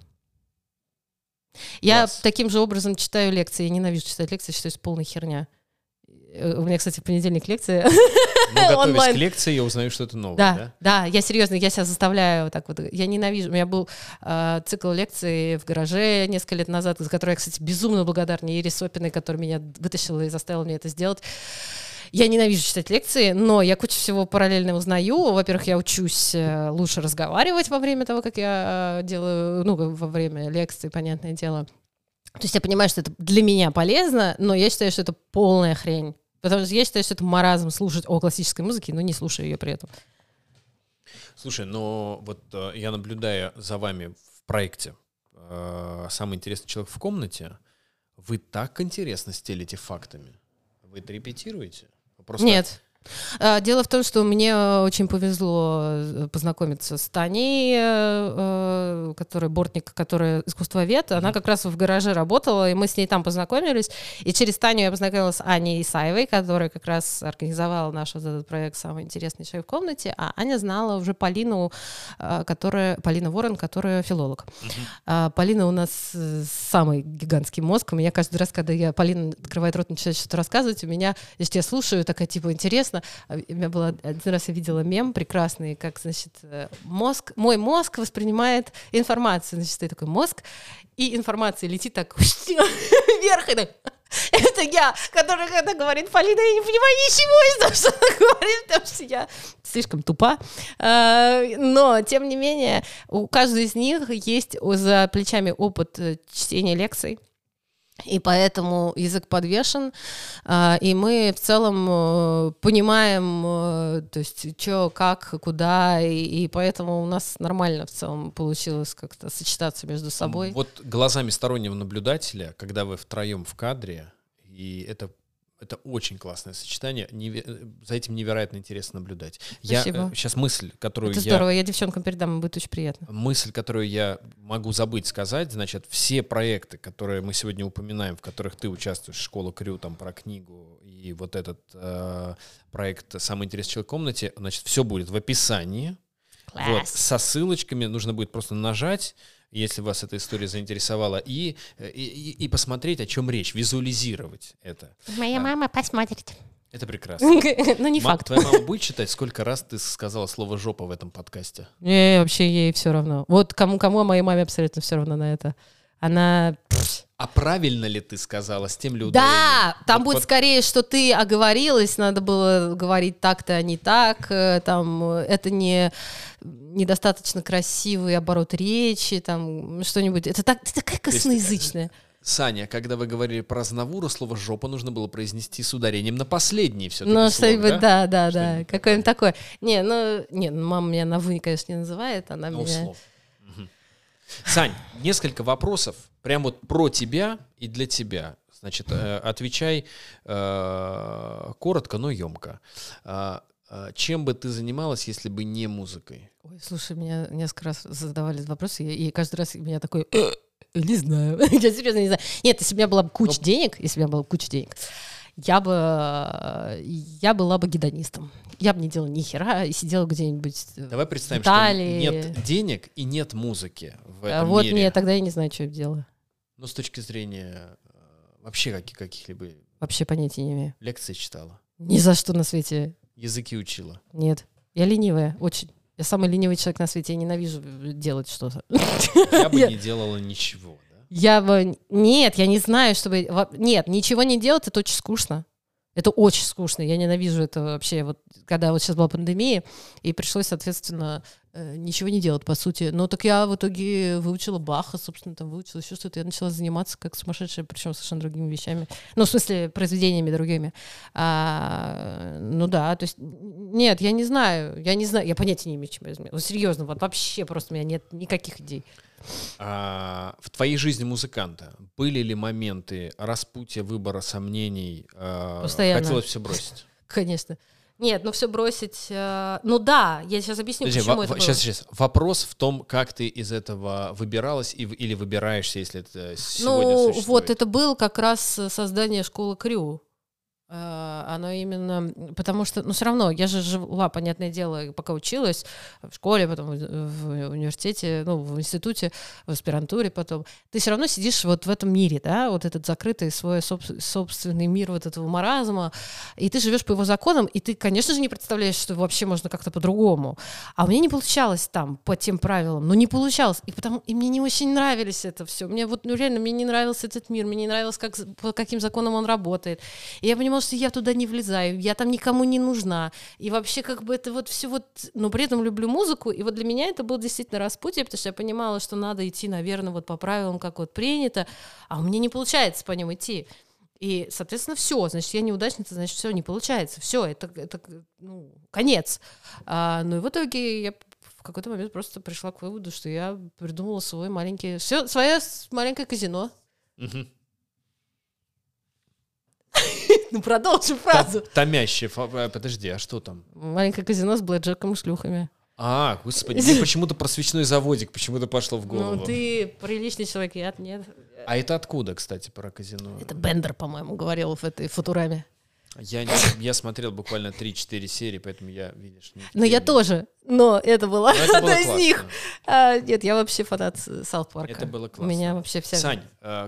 Я таким же образом читаю лекции, я ненавижу читать лекции, считаю, что это полная херня. У меня, кстати, в понедельник лекция. Но готовясь к лекции, я узнаю что-то новое, да? Да, я серьезно, я себя заставляю так вот. Я ненавижу. У меня был цикл лекций в гараже несколько лет назад, за который я, кстати, безумно благодарна Ире Сопиной, которая меня вытащила и заставила мне это сделать. Я ненавижу читать лекции, но я кучу всего параллельно узнаю. Во-первых, я учусь лучше разговаривать во время того, как я делаю, во время лекции, понятное дело. То есть я понимаю, что это для меня полезно, но я считаю, что это полная хрень. Потому что я считаю, что это маразм слушать о классической музыке, но не слушаю ее при этом. Слушай, но вот я наблюдаю за вами в проекте «Самый интересный человек в комнате». Вы так интересно стелите фактами. Вы это репетируете? Просто... Нет. Дело в том, что мне очень повезло познакомиться с Таней, которая бортник, которая искусствовед. Она как раз в гараже работала, и мы с ней там познакомились. И через Таню я познакомилась с Аней Исаевой, которая как раз организовала наш вот этот проект «Самый интересный человек в комнате». А Аня знала уже Полину Ворон, которая филолог. Полина у нас самый гигантский мозг. У меня каждый раз, когда Полина открывает рот, начинает что-то рассказывать, у меня, если я слушаю, такая типа интересно. У меня было один раз, я видела мем прекрасный, как, значит, мой мозг воспринимает информацию. Значит, стоит такой мозг, и информация летит так вверх, и так. Это я, которая когда говорит Полина, я не понимаю ничего из того, что она говорит, потому что я слишком тупа. Но, тем не менее, у каждого из них есть за плечами опыт чтения лекций. И поэтому язык подвешен, и мы в целом понимаем, то есть, что, как, куда, и поэтому у нас нормально в целом получилось как-то сочетаться между собой. Вот глазами стороннего наблюдателя, когда вы втроем в кадре, и это очень классное сочетание, за этим невероятно интересно наблюдать. Спасибо. Сейчас мысль, которую это здорово, я девчонкам передам, будет очень приятно. Мысль, которую я могу забыть сказать, значит, все проекты, которые мы сегодня упоминаем, в которых ты участвуешь, «Школа Крю», там, про книгу, и вот этот проект «Самый интересный человек в комнате», значит, все будет в описании. Вот, со ссылочками нужно будет просто нажать, если вас эта история заинтересовала, и посмотреть, о чем речь, визуализировать это. Моя мама посмотрит. Это прекрасно. Ну, не факт. Твоя мама будет считать, сколько раз ты сказала слово «жопа» в этом подкасте? Не, вообще ей все равно. Вот кому, а моей маме абсолютно все равно на это. Она... А правильно ли ты сказала, с тем ли ударением? Да, там будет скорее, что ты оговорилась, надо было говорить так-то, а не так, там это недостаточно красивый оборот речи, там что-нибудь. Это такая косноязычная. Саня, когда вы говорили про Азнавура, слово «жопа» нужно было произнести с ударением на последний все-таки Ну, слог, да? Да, какое-нибудь такое. Мама меня на «вы», конечно, не называет, она меня... Услов. Сань, несколько вопросов прям вот про тебя и для тебя. Значит, отвечай коротко, но емко. Чем бы ты занималась, если бы не музыкой? Ой, слушай, меня несколько раз задавали вопросы, и каждый раз меня такой... Не знаю. Я серьезно не знаю. Нет, если бы у меня была куча денег, я была бы гедонистом. Я бы не делала ни хера и сидела где-нибудь Давай представим, в Италии. что нет денег и нет музыки в этом вот мире. Нет, тогда я не знаю, что я делаю. Ну, с точки зрения вообще каких-либо... Вообще понятия не имею. Лекции читала? Ни за что на свете. Языки учила? Нет. Я ленивая, очень. Я самый ленивый человек на свете, я ненавижу делать что-то. Я бы не делала ничего, да? Нет, я не знаю, чтобы... Нет, ничего не делать, это очень скучно. Это очень скучно, я ненавижу это вообще. Вот когда вот сейчас была пандемия, и пришлось, соответственно, ничего не делать, по сути. Но так я в итоге выучила Баха, собственно, там выучила еще что-то. Я начала заниматься как сумасшедшая, причем совершенно другими вещами. Ну, в смысле, произведениями другими. Ну да, то есть... Нет, я не знаю, я понятия не имею, чем я занимаюсь. Ну, серьезно, вот вообще просто у меня нет никаких идей. В твоей жизни музыканта были ли моменты распутья, выбора, сомнений? Постоянно. Хотелось все бросить? Конечно. Нет, все бросить... Ну да, я сейчас объясню, почему это было. Сейчас. Вопрос в том, как ты из этого выбиралась или выбираешься, если это сегодня существует. Вот это было как раз создание школы Крю. Оно именно... Потому что, все равно, я же жила, понятное дело, пока училась в школе, потом в университете, в институте, в аспирантуре потом. Ты все равно сидишь вот в этом мире, да, вот этот закрытый свой собственный мир вот этого маразма, и ты живешь по его законам, и ты, конечно же, не представляешь, что вообще можно как-то по-другому. А у меня не получалось там по тем правилам, не получалось. И мне не очень нравились это все. Мне реально, мне не нравился этот мир, мне не нравилось, по каким законам он работает. И я понимала, что я туда не влезаю, я там никому не нужна. И вообще это все но при этом люблю музыку, и для меня это было действительно распутье, потому что я понимала, что надо идти, наверное, по правилам, как принято, а у меня не получается по ним идти. И, соответственно, все, значит, я неудачница, значит, все, не получается. Все, это конец. И в итоге я в какой-то момент просто пришла к выводу, что я придумала свое маленькое казино. Угу. Продолжим фразу. Томящее. Подожди, а что там? Маленькое казино с блэкджеком и шлюхами. Господи, мне почему-то про свечной заводик почему-то пошло в голову. Ты приличный человек, я нет. А это откуда, кстати, про казино? Это Бендер, по-моему, говорил в этой «Футураме». Я смотрел буквально 3-4 серии, поэтому я, видишь... Я тоже, но это была одна из них. Нет, я вообще фанат Саут Парка. Это было классно. У меня вообще вся Сань,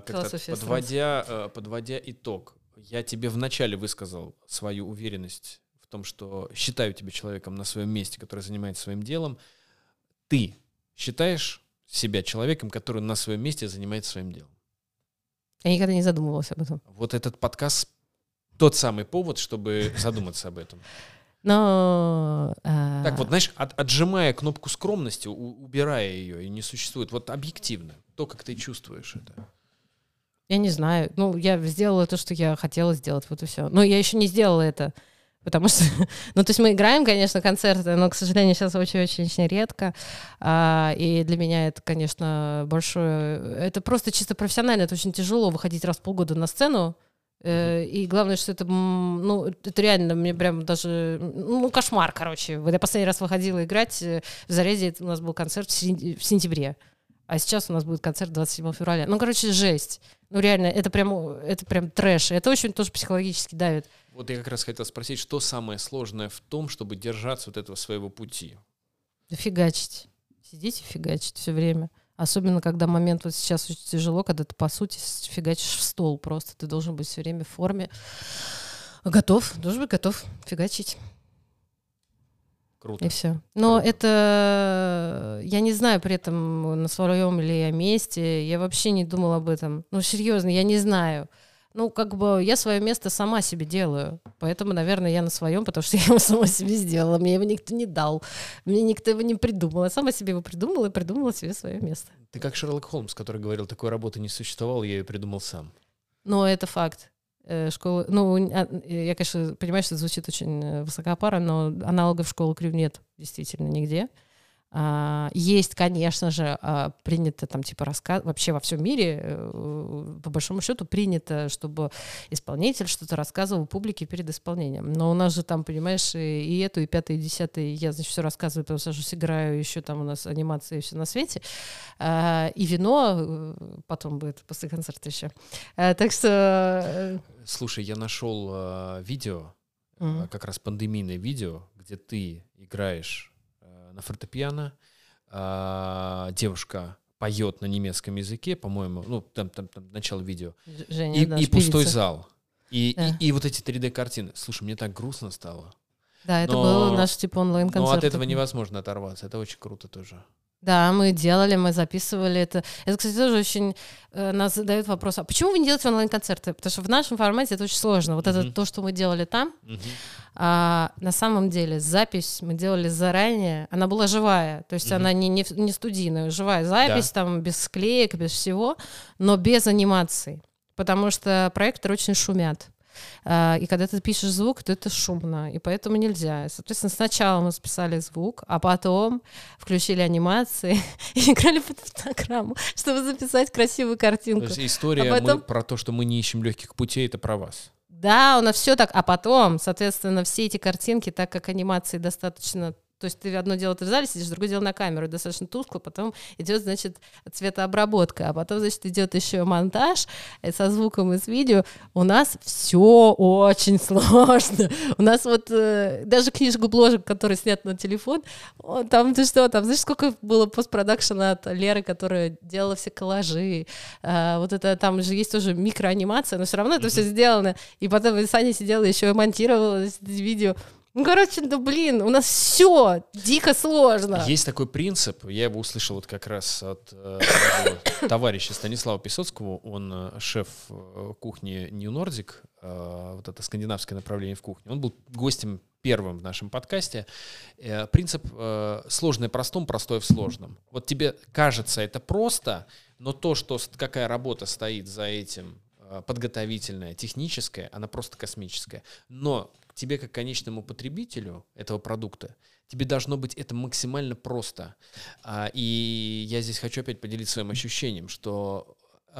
подводя итог, я тебе вначале высказал свою уверенность в том, что считаю тебя человеком на своем месте, который занимается своим делом. Ты считаешь себя человеком, который на своем месте занимается своим делом? Я никогда не задумывалась об этом. Вот этот подкаст тот самый повод, чтобы задуматься об этом. Так вот, знаешь, отжимая кнопку скромности, убирая ее, и не существует. Вот объективно, то, как ты чувствуешь это. Я не знаю. Я сделала то, что я хотела сделать, вот и все. Но я еще не сделала это, потому что... то есть мы играем, конечно, концерты, но, к сожалению, сейчас очень-очень редко. И для меня это, конечно, большое... Это просто чисто профессионально, это очень тяжело выходить раз в полгода на сцену. И главное, что это реально мне прям даже, кошмар, короче. Я последний раз выходила играть в Заряде, у нас был концерт в сентябре. А сейчас у нас будет концерт 27 февраля. Жесть. Реально, это прям трэш. Это очень тоже психологически давит. Вот я как раз хотел спросить, что самое сложное в том, чтобы держаться вот этого своего пути? Да фигачить. Сидеть и фигачить все время. Особенно, когда момент вот сейчас очень тяжело, когда ты, по сути, фигачишь в стол просто. Ты должен быть все время в форме. Должен быть готов фигачить. Круто. И все. Но это... Я не знаю при этом, на своем ли я месте. Я вообще не думала об этом. Ну, серьезно, я не знаю. Ну, как бы я свое место сама себе делаю. Поэтому, наверное, я на своем, потому что я его сама себе сделала. Мне его никто не дал. Мне никто его не придумал. Я сама себе его придумала и придумала себе свое место. Ты как Шерлок Холмс, который говорил, такой работы не существовало, я ее придумал сам. Но это факт. Школы, ну, я, конечно, понимаю, что это звучит очень высокопарно, но аналогов школы Крю нет действительно нигде. Есть, конечно же, принято там типа рассказ, вообще во всем мире, по большому счету, принято, чтобы исполнитель что-то рассказывал публике перед исполнением. Но у нас же там, понимаешь, и эту, и пятое, и десятое, я, значит, все рассказываю, потому что сажусь, играю, еще там у нас анимация и все на свете. И вино потом будет после концерта еще. Так что... Слушай, я нашел видео, как раз пандемийное видео, где ты играешь на фортепиано, девушка поет на немецком языке, по-моему, ну, там начало видео, Женя, и пустой зал, и вот эти 3D-картины. Слушай, мне так грустно стало. Да, это был наш типа онлайн-концерт. Но от этого невозможно оторваться, это очень круто тоже. Да, мы делали, мы записывали это. Это, кстати, тоже очень нас задают вопрос, а почему вы не делаете онлайн-концерты? Потому что в нашем формате это очень сложно. Вот это то, что мы делали там. На самом деле запись мы делали заранее. Она была живая, то есть она не студийная, живая запись, там без склеек, без всего, но без анимаций. Потому что проекторы очень шумят. И когда ты пишешь звук, то это шумно, и поэтому нельзя. Соответственно, сначала мы записали звук, а потом включили анимации и играли под фонограмму, чтобы записать красивую картинку. То есть история потом... про то, что мы не ищем легких путей, это про вас. Да, у нас все так. А потом, соответственно, все эти картинки, так как анимации достаточно... То есть ты одно дело ты в зале сидишь, другое дело на камеру, достаточно тускло, потом идет, значит, цветообработка, а потом, значит, идет еще монтаж со звуком и с видео. У нас все очень сложно. У нас вот даже книжку бложек, который снят на телефон, там ты что, там, знаешь, сколько было постпродакшена от Леры, которая делала все коллажи. Вот это там же есть тоже микроанимация, но все равно это все сделано. И потом Саня сидела еще и монтировала видео. Ну, короче, да блин, у нас все дико сложно. Есть такой принцип, я его услышал вот как раз от товарища Станислава Писоцкого, он шеф кухни New Nordic, вот это скандинавское направление в кухне. Он был гостем первым в нашем подкасте. Принцип сложное в простом, простое в сложном. Вот тебе кажется это просто, но то, что какая работа стоит за этим, подготовительная, техническая, она просто космическая. Но тебе, как конечному потребителю этого продукта, тебе должно быть это максимально просто. И я здесь хочу опять поделиться своим ощущением, что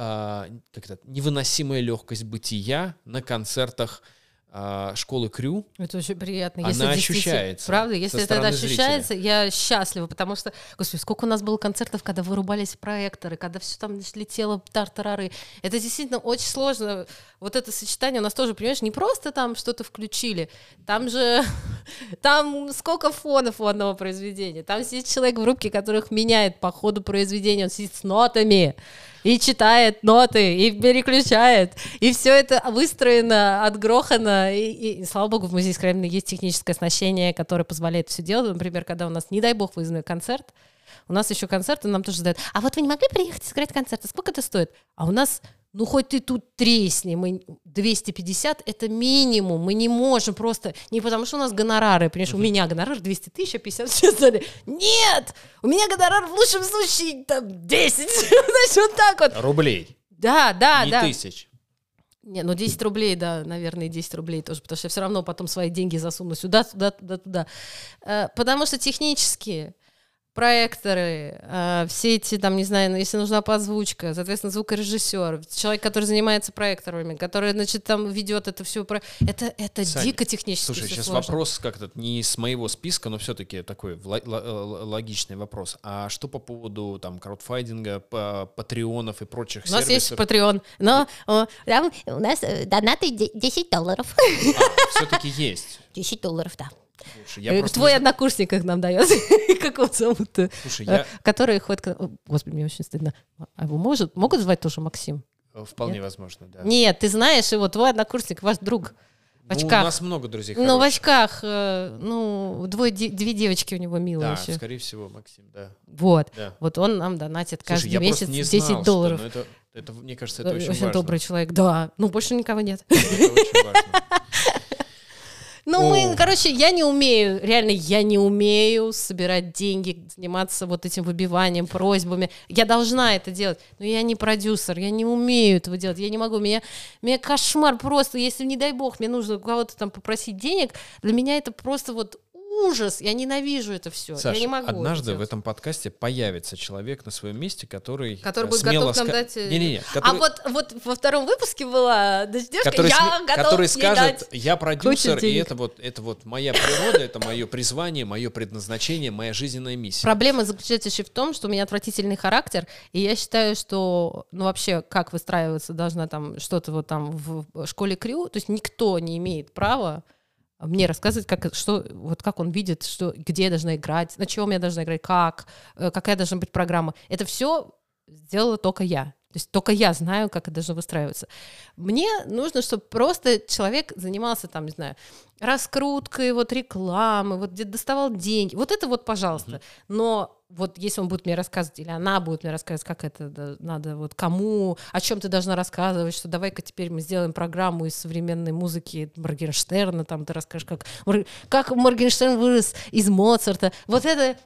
невыносимая легкость бытия на концертах школы Крю. Это очень приятно. Если она ощущается. Правда, если это ощущается, я счастлива, потому что, господи, сколько у нас было концертов, когда вырубались проекторы, когда все там летело тартарары. Это действительно очень сложно. Вот это сочетание у нас тоже, понимаешь, не просто там что-то включили, там же там сколько фонов у одного произведения. Там сидит человек в рубке, которых меняет по ходу произведения, он сидит с нотами и читает ноты, и переключает, и все это выстроено, отгрохано, и слава богу, в музее Скрябина есть техническое оснащение, которое позволяет все делать. Например, когда у нас, не дай бог, выездной концерт, у нас еще концерты нам тоже задают, а вот вы не могли приехать и сыграть концерт, а сколько это стоит? А у нас, ну хоть ты тут тресни, мы 250 это минимум, мы не можем просто, не потому что у нас гонорары, понимаешь, у меня гонорар 200 тысяч, а 50 все стали. Нет, у меня гонорар в лучшем случае там 10, значит, вот так вот. Рублей. Да. Не тысяч. Не, ну 10 рублей, да, наверное, 10 рублей тоже, потому что я все равно потом свои деньги засуну сюда, туда. Потому что технически проекторы, все эти, там, не знаю, если нужна подзвучка, соответственно, звукорежиссер, человек, который занимается проекторами, который, значит, там ведет это все. Это Сань, дико технически. Слушай, сейчас сложно. Вопрос как-то не с моего списка, но все-таки такой логичный вопрос. А что по поводу там краудфандинга, патреонов и прочих сервисов? У нас есть патреон, но там у нас донаты $10. Все-таки есть. $10, да. Слушай, твой однокурсник их нам дает. Как его зовут? Слушай, который ходит... Господи, мне очень стыдно. А его могут звать тоже Максим? Вполне возможно, да. Нет, ты знаешь его, твой однокурсник, ваш друг. В очках. Ну, у нас много друзей хороших. Ну, в очках, две девочки у него милые да, еще. скорее всего, Максим, да. Вот. Да. Вот он нам донатит каждый Слушай, месяц не $10. Знал, это, мне кажется, это очень важно. Добрый человек, да. Ну, больше никого нет. Это очень важно. Ну, я не умею, реально, я не умею собирать деньги, заниматься вот этим выбиванием, просьбами. Я должна это делать, но я не продюсер, я не умею этого делать, я не могу. Меня кошмар просто, если, не дай бог, мне нужно у кого-то там попросить денег, для меня это просто вот ужас, я ненавижу это все. Саш, я не могу однажды в этом подкасте появится человек на своем месте, который будет готов нам дать... Не-не-не. А вот во втором выпуске была девушка, который скажет, дать я продюсер, и это вот моя природа, это мое призвание, мое предназначение, моя жизненная миссия. Проблема заключается еще в том, что у меня отвратительный характер, и я считаю, что, вообще, как выстраиваться должна там что-то вот там в школе Крю, то есть никто не имеет права мне рассказывать, как он видит, где я должна играть, на чем я должна играть, какая должна быть программа. Это все сделала только я. То есть только я знаю, как это должно выстраиваться. Мне нужно, чтобы просто человек занимался там, не знаю, раскруткой, вот рекламы, вот где доставал деньги. Вот это вот, пожалуйста. Но вот если он будет мне рассказывать, или она будет мне рассказывать, как это надо, вот кому, о чем ты должна рассказывать, что давай-ка теперь мы сделаем программу из современной музыки Моргенштерна, там ты расскажешь, как Моргенштерн вырос из Моцарта. Вот это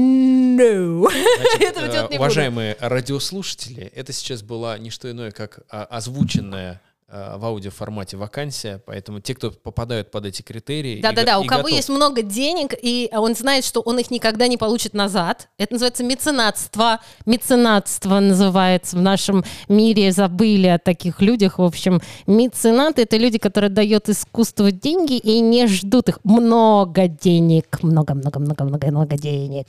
no. Значит, уважаемые радиослушатели, это сейчас была не что иное, как озвученная в аудиоформате вакансия, поэтому те, кто попадают под эти критерии... Да-да-да, у кого есть много денег, и он знает, что он их никогда не получит назад. Это называется меценатство. Меценатство называется в нашем мире. Забыли о таких людях. В общем, меценаты — это люди, которые дают искусству деньги и не ждут их. Много денег. Много денег.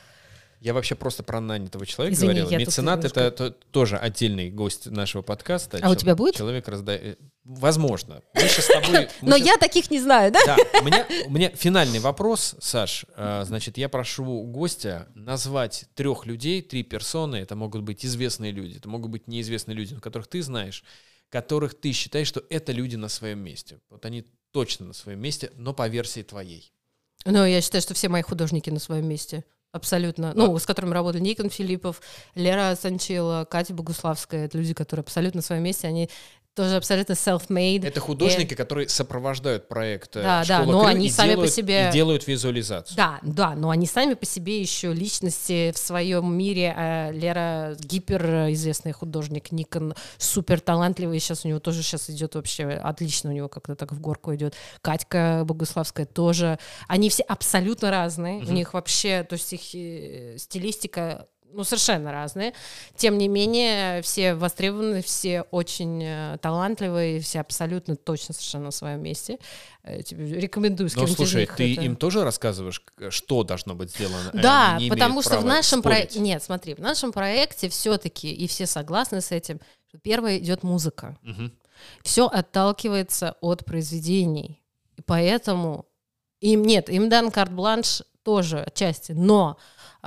Я вообще просто про нанятого человека говорил. Меценат — это тоже отдельный гость нашего подкаста. А у тебя будет? Человек раздает... Возможно. Мы сейчас с тобой... Но я таких не знаю, да? Да. У меня финальный вопрос, Саш. Значит, я прошу гостя назвать 3 людей, 3 персоны. Это могут быть известные люди, это могут быть неизвестные люди, которых ты знаешь, которых ты считаешь, что это люди на своем месте. Вот они точно на своем месте, но по версии твоей. Ну, я считаю, что все мои художники на своем месте. Абсолютно. С которыми работали Никон Филиппов, Лера Санчила, Катя Богуславская. Это люди, которые абсолютно на своем месте. Они тоже абсолютно self-made. Это художники, которые сопровождают проект «Школа Крю» они сами по себе... и делают визуализацию. Да, но они сами по себе еще личности в своем мире. Лера гиперизвестный художник, Никон супер талантливый, сейчас у него тоже идет вообще отлично, у него как-то так в горку идет. Катька Богуславская тоже. Они все абсолютно разные, у них вообще, то есть их стилистика совершенно разные. Тем не менее, все востребованы, все очень талантливые, все абсолютно точно совершенно на своем месте. Тебе рекомендую с кем-нибудь из них. Слушай, ты им тоже рассказываешь, что должно быть сделано? Да, потому что в нашем проекте... Нет, смотри, в нашем проекте все-таки, и все согласны с этим, что первое идет музыка. Все отталкивается от произведений. И поэтому им дан карт-бланш тоже отчасти, но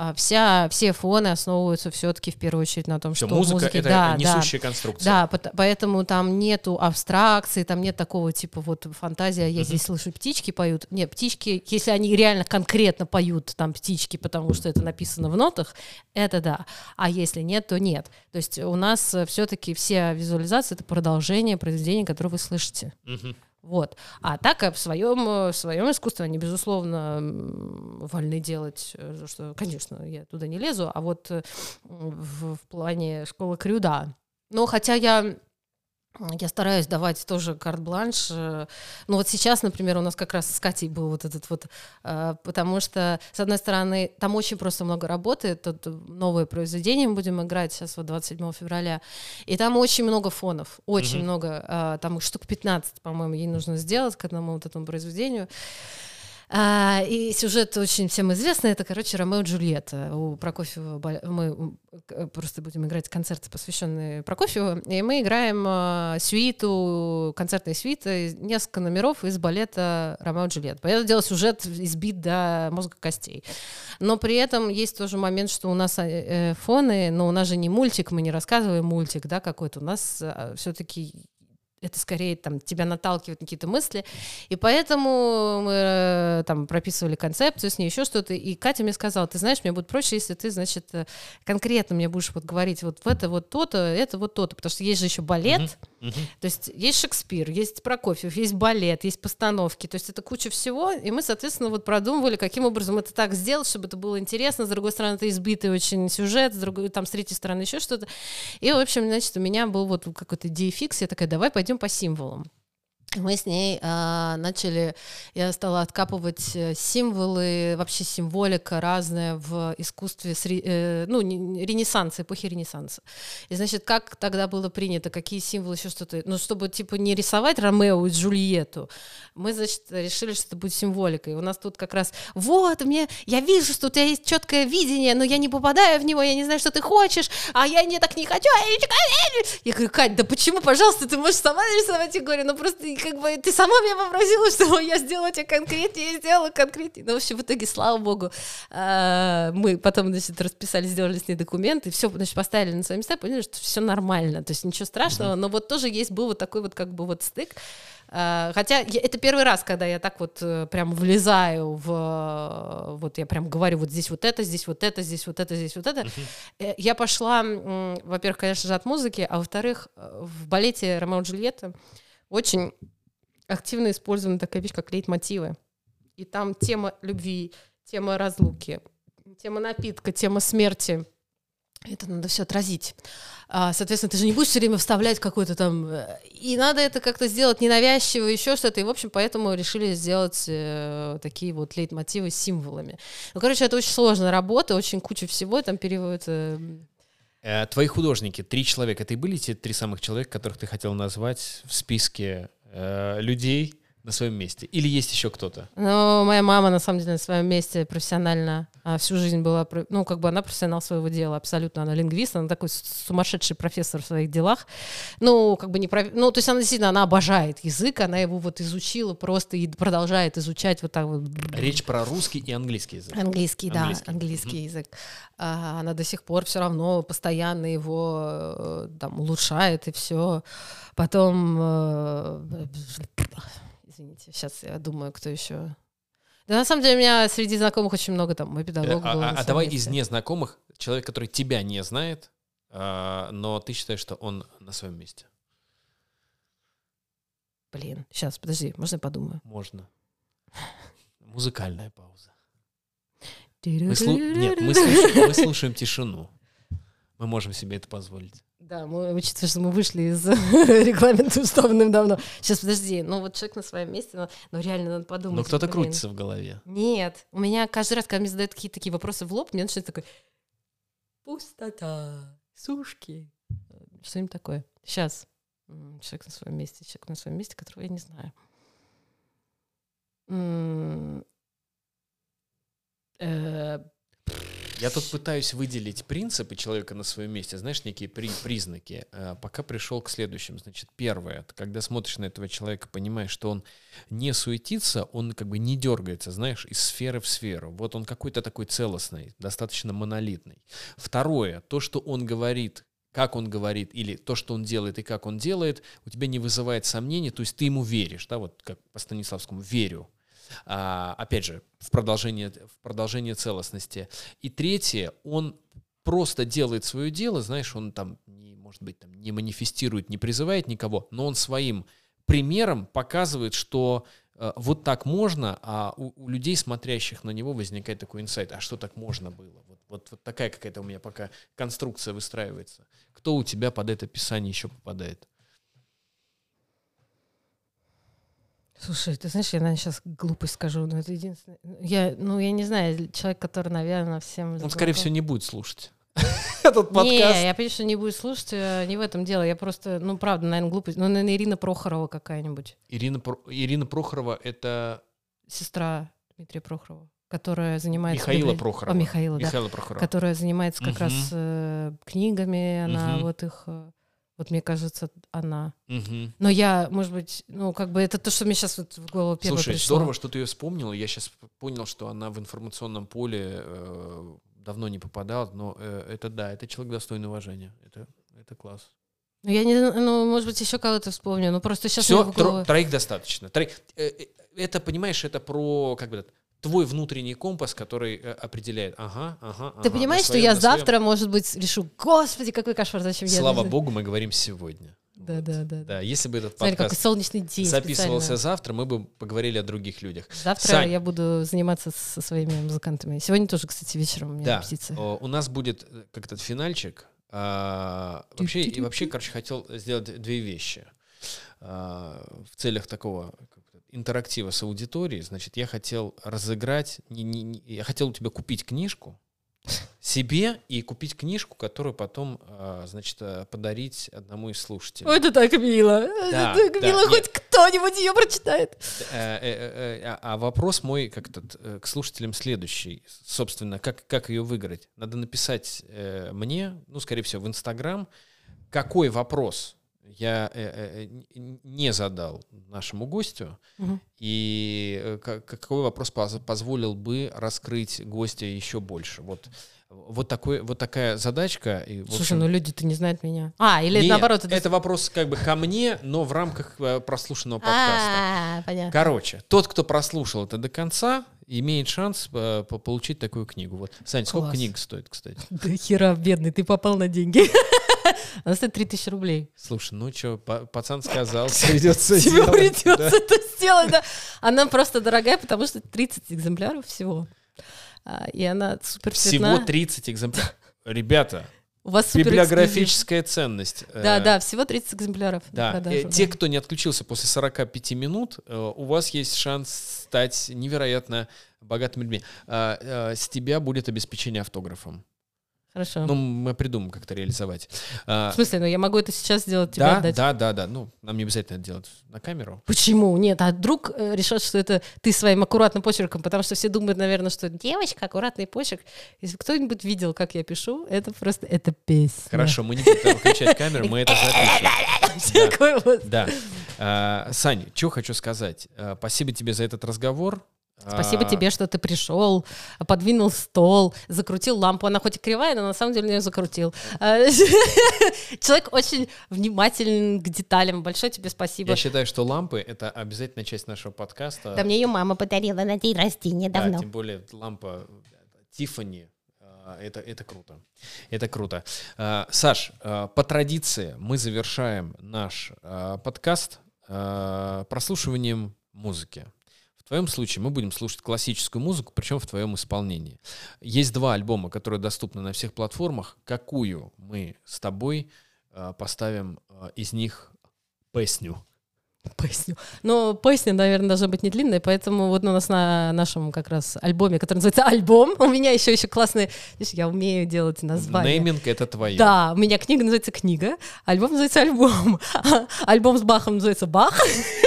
все фоны основываются все-таки в первую очередь на том, что музыка — это несущая конструкция. Да, поэтому там нету абстракции, там нет такого типа вот фантазия, я здесь слышу, птички поют. Нет, птички, если они реально конкретно поют там птички, потому что это написано в нотах, это да. А если нет, то нет. То есть у нас все-таки все визуализации — это продолжение произведения, которое вы слышите. Вот. А так в своем искусстве они, безусловно, вольны делать, что, конечно, я туда не лезу, а вот в плане школы Крю, да. Но хотя я стараюсь давать тоже карт-бланш. Вот сейчас, например, у нас как раз с Катей был вот этот вот, потому что, с одной стороны, там очень просто много работы, тут новое произведение мы будем играть сейчас вот 27 февраля, и там очень много фонов, очень много, там штук 15, по-моему, ей нужно сделать к одному вот этому произведению. И сюжет очень всем известный, это, Ромео и Джульетта. У Прокофьева мы просто будем играть концерты, посвященные Прокофьеву, и мы играем концертные свиты, несколько номеров из балета «Ромео и Джульетта». Понятное дело, сюжет избит до мозга костей. Но при этом есть тоже момент, что у нас фоны, но у нас же не мультик, мы не рассказываем мультик, да, какой-то. У нас все-таки это скорее там тебя наталкивает на какие-то мысли. И поэтому мы там прописывали концепцию с ней, еще что-то. И Катя мне сказала, ты знаешь, мне будет проще, если ты, значит, конкретно мне будешь вот говорить вот это вот то-то, это вот то-то. Потому что есть же еще балет, то есть есть Шекспир, есть Прокофьев, есть балет, есть постановки. То есть это куча всего. И мы, соответственно, вот продумывали, каким образом это так сделать, чтобы это было интересно. С другой стороны, это избитый очень сюжет, с другой, там, с третьей стороны еще что-то. И, в общем, значит, у меня был вот какой-то идея фикс. Я такая, давай пойдем по символам. Мы с ней начали, я стала откапывать символы, вообще символика разная в искусстве, Ренессанса, эпохи Ренессанса. И, значит, как тогда было принято, какие символы, еще что-то, ну, чтобы, типа, не рисовать Ромео и Джульетту, мы, значит, решили, что это будет символикой. У нас тут как раз, вот, я вижу, что у тебя есть четкое видение, но я не попадаю в него, я не знаю, что ты хочешь, а я не так не хочу. Я говорю, Кать, да почему, пожалуйста, ты можешь сама нарисовать? Я говорю, ну, просто как бы ты сама меня попросила, чтобы я сделала тебе конкретнее, я сделала конкретнее. Ну, в общем, в итоге, слава богу, мы потом, значит, расписали, сделали с ней документы, все, значит, поставили на свои места, поняли, что все нормально, то есть ничего страшного, но вот тоже был вот такой вот как бы вот стык. Хотя это первый раз, когда я так вот прям влезаю вот я прям говорю, вот здесь вот это, здесь вот это, здесь вот это, здесь вот это. Я пошла, во-первых, конечно же, от музыки, а во-вторых, в балете «Ромео и Джульетта» очень активно использована такая вещь, как лейтмотивы. И там тема любви, тема разлуки, тема напитка, тема смерти. Это надо все отразить. Соответственно, ты же не будешь все время вставлять какой-то там... И надо это как-то сделать ненавязчиво, еще что-то. И, в общем, поэтому решили сделать такие вот лейтмотивы с символами. Ну, короче, это очень сложная работа, очень куча всего. Там переводят... Твои художники, 3 человека, это и были те 3 самых человека, которых ты хотел назвать в списке людей на своем месте? Или есть еще кто-то? Ну, моя мама, на самом деле, на своем месте профессионально всю жизнь была... Ну, как бы она профессионал своего дела, абсолютно. Она лингвист, она такой сумасшедший профессор в своих делах. Ну, как бы не... Ну, то есть она действительно, она обожает язык, она его вот изучила просто и продолжает изучать вот так вот. Речь про русский и английский язык. Английский, да, английский язык. Она до сих пор все равно постоянно его там улучшает и все. Потом... Извините, сейчас я думаю, кто еще. Да, на самом деле, у меня среди знакомых очень много там, мой педагог был. А давай из незнакомых, человек, который тебя не знает, но ты считаешь, что он на своем месте. Блин, сейчас, подожди, можно я подумаю? Можно. Музыкальная пауза. Нет, мы слушаем тишину. Мы можем себе это позволить. Да, учитывая, что мы вышли из регламента уставным давно. Сейчас, подожди, ну вот человек на своем месте, но реально надо подумать. Но кто-то крутится в голове. Нет, у меня каждый раз, когда мне задают какие-то такие вопросы в лоб, мне начинается такой пустота, сушки, что-нибудь такое. Сейчас. Человек на своем месте, которого я не знаю. Я тут пытаюсь выделить принципы человека на своем месте, знаешь, некие признаки. Пока пришел к следующим. Значит, первое, это когда смотришь на этого человека, понимаешь, что он не суетится, он как бы не дергается, знаешь, из сферы в сферу. Вот он какой-то такой целостный, достаточно монолитный. Второе, то, что он говорит, как он говорит, или то, что он делает и как он делает, у тебя не вызывает сомнений, то есть ты ему веришь, да, вот как по Станиславскому «верю». Опять же, в продолжение целостности. И третье, он просто делает свое дело, знаешь, он там, может быть, там, не манифестирует, не призывает никого, но он своим примером показывает, что вот так можно, а у людей, смотрящих на него, возникает такой инсайт, а что так можно было? Вот такая какая-то у меня пока конструкция выстраивается. Кто у тебя под это описание еще попадает? Слушай, ты знаешь, я, наверное, сейчас глупость скажу, но это единственное... Я не знаю, человек, который, наверное, всем... Он, скорее всего, не будет слушать этот подкаст. Не, я понимаю, что не будет слушать, не в этом дело. Я просто, правда, наверное, глупость. Наверное, Ирина Прохорова какая-нибудь. Ирина Прохорова — это... Сестра Дмитрия Прохорова, которая занимается... Михаила Прохорова. Михаила, да. Прохорова. Которая занимается как раз книгами, она вот их... Вот мне кажется, она. Но я, может быть, это то, что мне сейчас вот в голову первое пришло. Слушай, здорово, что ты ее вспомнила. Я сейчас понял, что она в информационном поле давно не попадала, но это да, это человек достойный уважения. Это класс. может быть, еще кого-то вспомню, но просто сейчас... Все, троих достаточно. Это, понимаешь, это про, твой внутренний компас, который определяет, Ты понимаешь, что я завтра, может быть, решу, господи, какой кошмар, зачем я... Слава богу, мы говорим сегодня. Да. Если бы этот Смотри, подкаст какой солнечный день записывался завтра, мы бы поговорили о других людях. Завтра я буду заниматься со своими музыкантами. Сегодня тоже, кстати, вечером у меня репетиция. У нас будет как-то финальчик. Вообще, короче, хотел сделать две вещи. В целях такого интерактива с аудиторией. Значит, я хотел разыграть, я хотел у тебя купить книжку себе и купить книжку, которую потом, значит, подарить одному из слушателей. Ой, это так мило. Да, это так мило, хоть кто-нибудь ее прочитает. А вопрос мой к слушателям следующий. Собственно, как ее выиграть? Надо написать мне, скорее всего, в Инстаграм, какой вопрос я не задал нашему гостю, и какой вопрос позволил бы раскрыть гостя еще больше. Вот такая задачка. И, слушай, люди-то не знают меня. Или нет, наоборот. Это вопрос ко мне, но в рамках прослушанного подкаста. Понятно. Короче, тот, кто прослушал это до конца, имеет шанс получить такую книгу. Сань, сколько книг стоит, кстати? Да хера, бедный, ты попал на деньги. Она стоит 3000 рублей. Слушай, пацан сказал, придется тебе придется это сделать, да. Она просто дорогая, потому что 30 экземпляров всего. И она супер цветная. Всего 30 экземпляров. Ребята, у вас библиографическая ценность. Да, всего 30 экземпляров. Да. Те, кто не отключился после 45 минут, у вас есть шанс стать невероятно богатыми людьми. С тебя будет обеспечение автографом. Хорошо. Мы придумаем, как это реализовать. В смысле, я могу это сейчас сделать, тебе отдать? Да. Нам не обязательно это делать на камеру. Почему? Нет, а вдруг решат, что это ты своим аккуратным почерком, потому что все думают, наверное, что девочка, аккуратный почерк. Если кто-нибудь видел, как я пишу, это песня. Хорошо, мы не будем выключать камеру, мы это запишем. Да. Сань, что хочу сказать. Спасибо тебе за этот разговор. Спасибо тебе, что ты пришел, подвинул стол, закрутил лампу. Она хоть и кривая, но на самом деле я закрутил. Человек очень внимателен к деталям. Большое тебе спасибо. Я считаю, что лампы — это обязательная часть нашего подкаста. Да, мне ее мама подарила на день рождения давно. Да, тем более лампа Тиффани. Это круто. Это круто. Саш, по традиции мы завершаем наш подкаст прослушиванием музыки. В твоем случае мы будем слушать классическую музыку, причем в твоем исполнении. Есть 2 альбома, которые доступны на всех платформах. Какую мы с тобой поставим из них песню? Но песня, наверное, должна быть не длинная, поэтому вот у нас на нашем как раз альбоме, который называется «Альбом», у меня еще классные... Видишь, я умею делать названия. Нейминг — это твое. Да, у меня книга называется «Книга», альбом называется «Альбом», альбом с Бахом называется «Бах».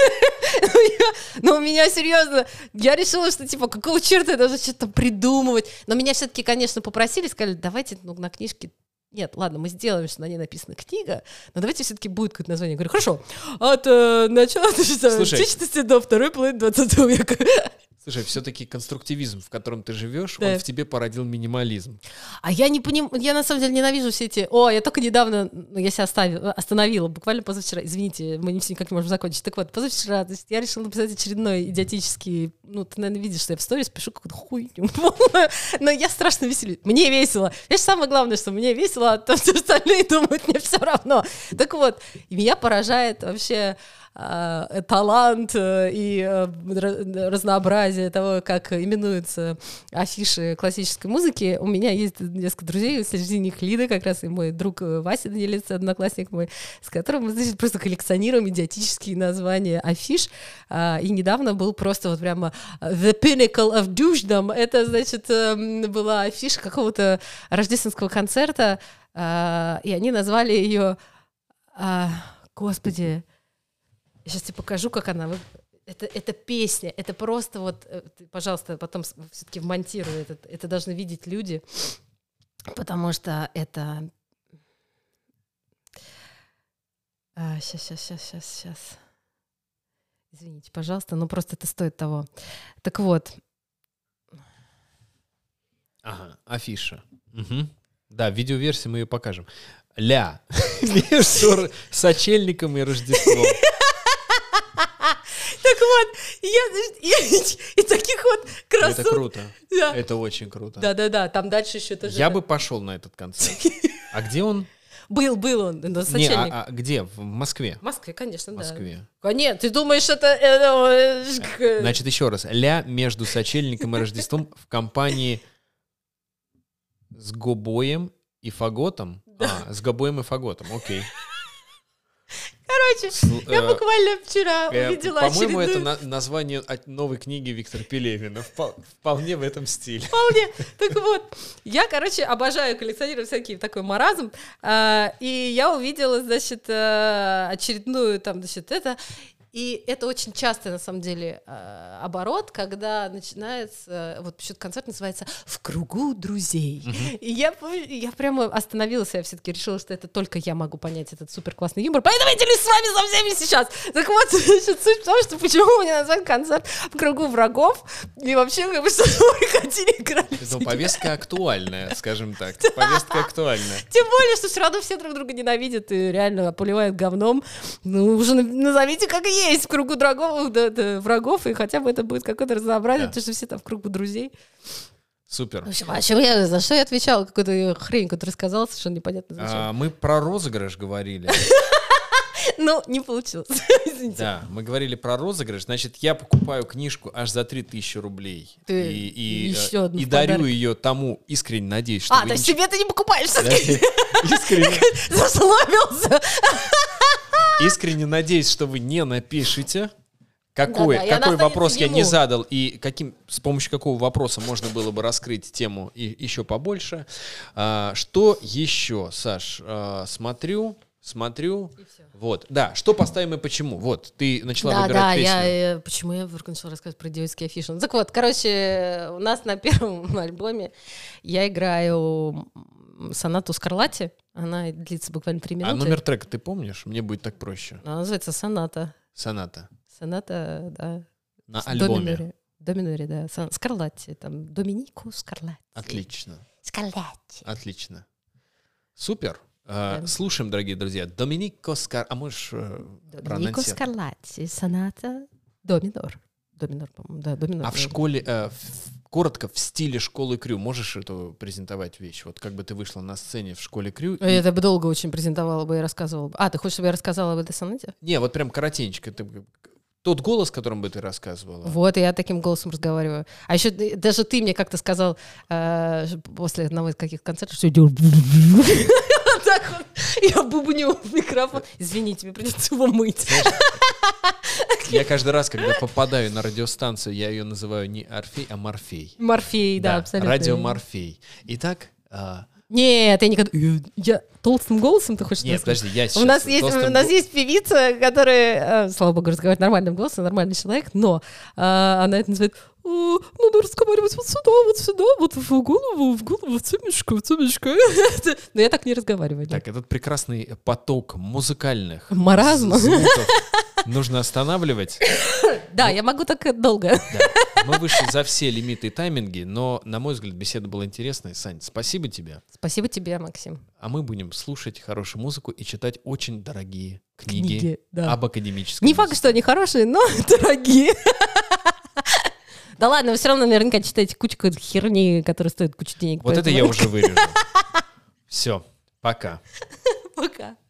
Но у меня, серьезно, я решила, что, какого черта я должна что-то придумывать. Но меня все-таки, конечно, попросили, сказали, давайте на книжке... Нет, ладно, мы сделаем, что на ней написана книга, но давайте все-таки будет какое-то название. Я говорю, хорошо, от начала античности до второй половины 20 века. Слушай, все-таки конструктивизм, в котором ты живешь, он в тебе породил минимализм. А я не понимаю, я на самом деле ненавижу все эти... я только недавно, я себя остановила, буквально позавчера, извините, мы никак не можем закончить. Так вот, позавчера, я решила написать очередной идиотический, ты, наверное, видишь, что я в сторис пишу какую-то хуйню, но я страшно веселюсь. Мне весело. Видишь, самое главное, что мне весело, а то все остальные думают, мне все равно. Так вот, и меня поражает вообще... талант и разнообразие того, как именуются афиши классической музыки. У меня есть несколько друзей, среди них Лида, как раз и мой друг Вася Данилец, одноклассник мой, с которым мы, значит, просто коллекционируем идиотические названия афиш. И недавно был просто вот прямо The Pinnacle of Douchedom. Это, значит, была афиша какого-то рождественского концерта, и они назвали ее... Господи... Я сейчас тебе покажу, как она... Это песня, это просто вот... Пожалуйста, потом все-таки вмонтируй. Это должны видеть люди, потому что это... Сейчас. Извините, пожалуйста, но просто это стоит того. Так вот. Ага, афиша. Угу. Да, в видеоверсии мы ее покажем. ля между сочельником и Рождеством. Так вот, и таких вот красот. Это круто. Да. Это очень круто. Да, там дальше еще тоже. Я бы пошел на этот концерт. А где он? Был он, на Не, сочельник. а где? В Москве? В Москве, конечно, В да. Москве. Нет, ты думаешь, это... Значит, еще раз. Ля между сочельником и Рождеством в компании с Гобоем и Фаготом? С Гобоем и Фаготом, окей. Короче, я буквально вчера увидела По-моему, очередную... это название от новой книги Виктора Пелевина. Вполне в этом стиле. Вполне. Так вот, я, обожаю коллекционировать всякий такой маразм, и я увидела, значит, очередную там, значит, это... И это очень частый, на самом деле, оборот, когда начинается, вот почему-то концерт называется «В кругу друзей». И я прямо остановилась, я все-таки решила, что это только я могу понять этот супер классный юмор, поэтому я делюсь с вами со всеми сейчас. Так вот, значит, суть в том, что почему мне назвали концерт «В кругу врагов», и вообще, как бы, что мы хотели играть. Ну, повестка актуальная, скажем так. Повестка актуальная. Тем более, что все равно все друг друга ненавидят и реально поливают говном. Ну, уже назовите, как есть в кругу врагов, и хотя бы это будет какое-то разнообразие, потому что все там в кругу друзей. Супер. В общем, за что я отвечала? Какую-то хрень, которую рассказала, совершенно непонятно зачем. Мы про розыгрыш говорили. Ну, не получилось. Извините. Да, мы говорили про розыгрыш. Значит, я покупаю книжку аж за 3000 рублей. И дарю ее тому, искренне надеюсь, что то есть себе ты не покупаешь все-таки? Искренне. Засловился. Искренне надеюсь, что вы не напишете, какой вопрос я не задал и с помощью какого вопроса можно было бы раскрыть тему и еще побольше. Что еще, Саш? Смотрю. Вот, да, что поставим и почему? Вот, ты начала выбирать песню. Почему я вдруг начала рассказывать про идиотские афиши? Так вот, короче, у нас на первом альбоме я играю сонату Скарлатти. Она длится буквально 3 минуты. А номер трека ты помнишь? Мне будет так проще. Она называется «Соната». Соната, да. на альбоме. До миноре, да. Скарлатти, там, Доминико Скарлатти. Отлично. Скарлатти. Отлично. Супер. Да. Слушаем, дорогие друзья. Доминико Скарлатти. А можешь Доминико Скарлатти. Соната до минор. До минор, по-моему. Да, до минор. А в школе... Коротко, в стиле школы Крю можешь эту презентовать вещь? Вот как бы ты вышла на сцене в школе Крю. Я бы долго очень презентовала бы и рассказывала бы. Ты хочешь, чтобы я рассказала об этой сонате? Не, вот прям коротенько. Тот голос, которым бы ты рассказывала. Вот, я таким голосом разговариваю. А еще даже ты мне как-то сказал после одного из каких-то концертов, что идет... Так вот, я бубню в микрофон. Извините, мне придется его мыть. Я каждый раз, когда попадаю на радиостанцию, я ее называю не Орфей, а Морфей. Морфей, да, абсолютно. Радио Морфей. Итак... Нет, я никогда... Я толстым голосом, ты хочешь? Нет, подожди, я сейчас... У нас есть певица, которая, слава богу, разговаривает нормальным голосом, нормальный человек, но она это называет: надо разговаривать вот сюда, вот в голову, в цемечко. Но я так не разговариваю. Так, этот прекрасный поток музыкальных маразма звуков нужно останавливать. Да, я могу так долго. Мы вышли за все лимиты и тайминги, но, на мой взгляд, беседа была интересной. Сань, спасибо тебе. Спасибо тебе, Максим. А мы будем слушать хорошую музыку и читать очень дорогие книги да. об академическом Не факт, что они хорошие, но дорогие. Да ладно, вы все равно наверняка читаете кучу херни, которая стоит кучу денег. Вот это я уже вырежу. Все, пока. Пока.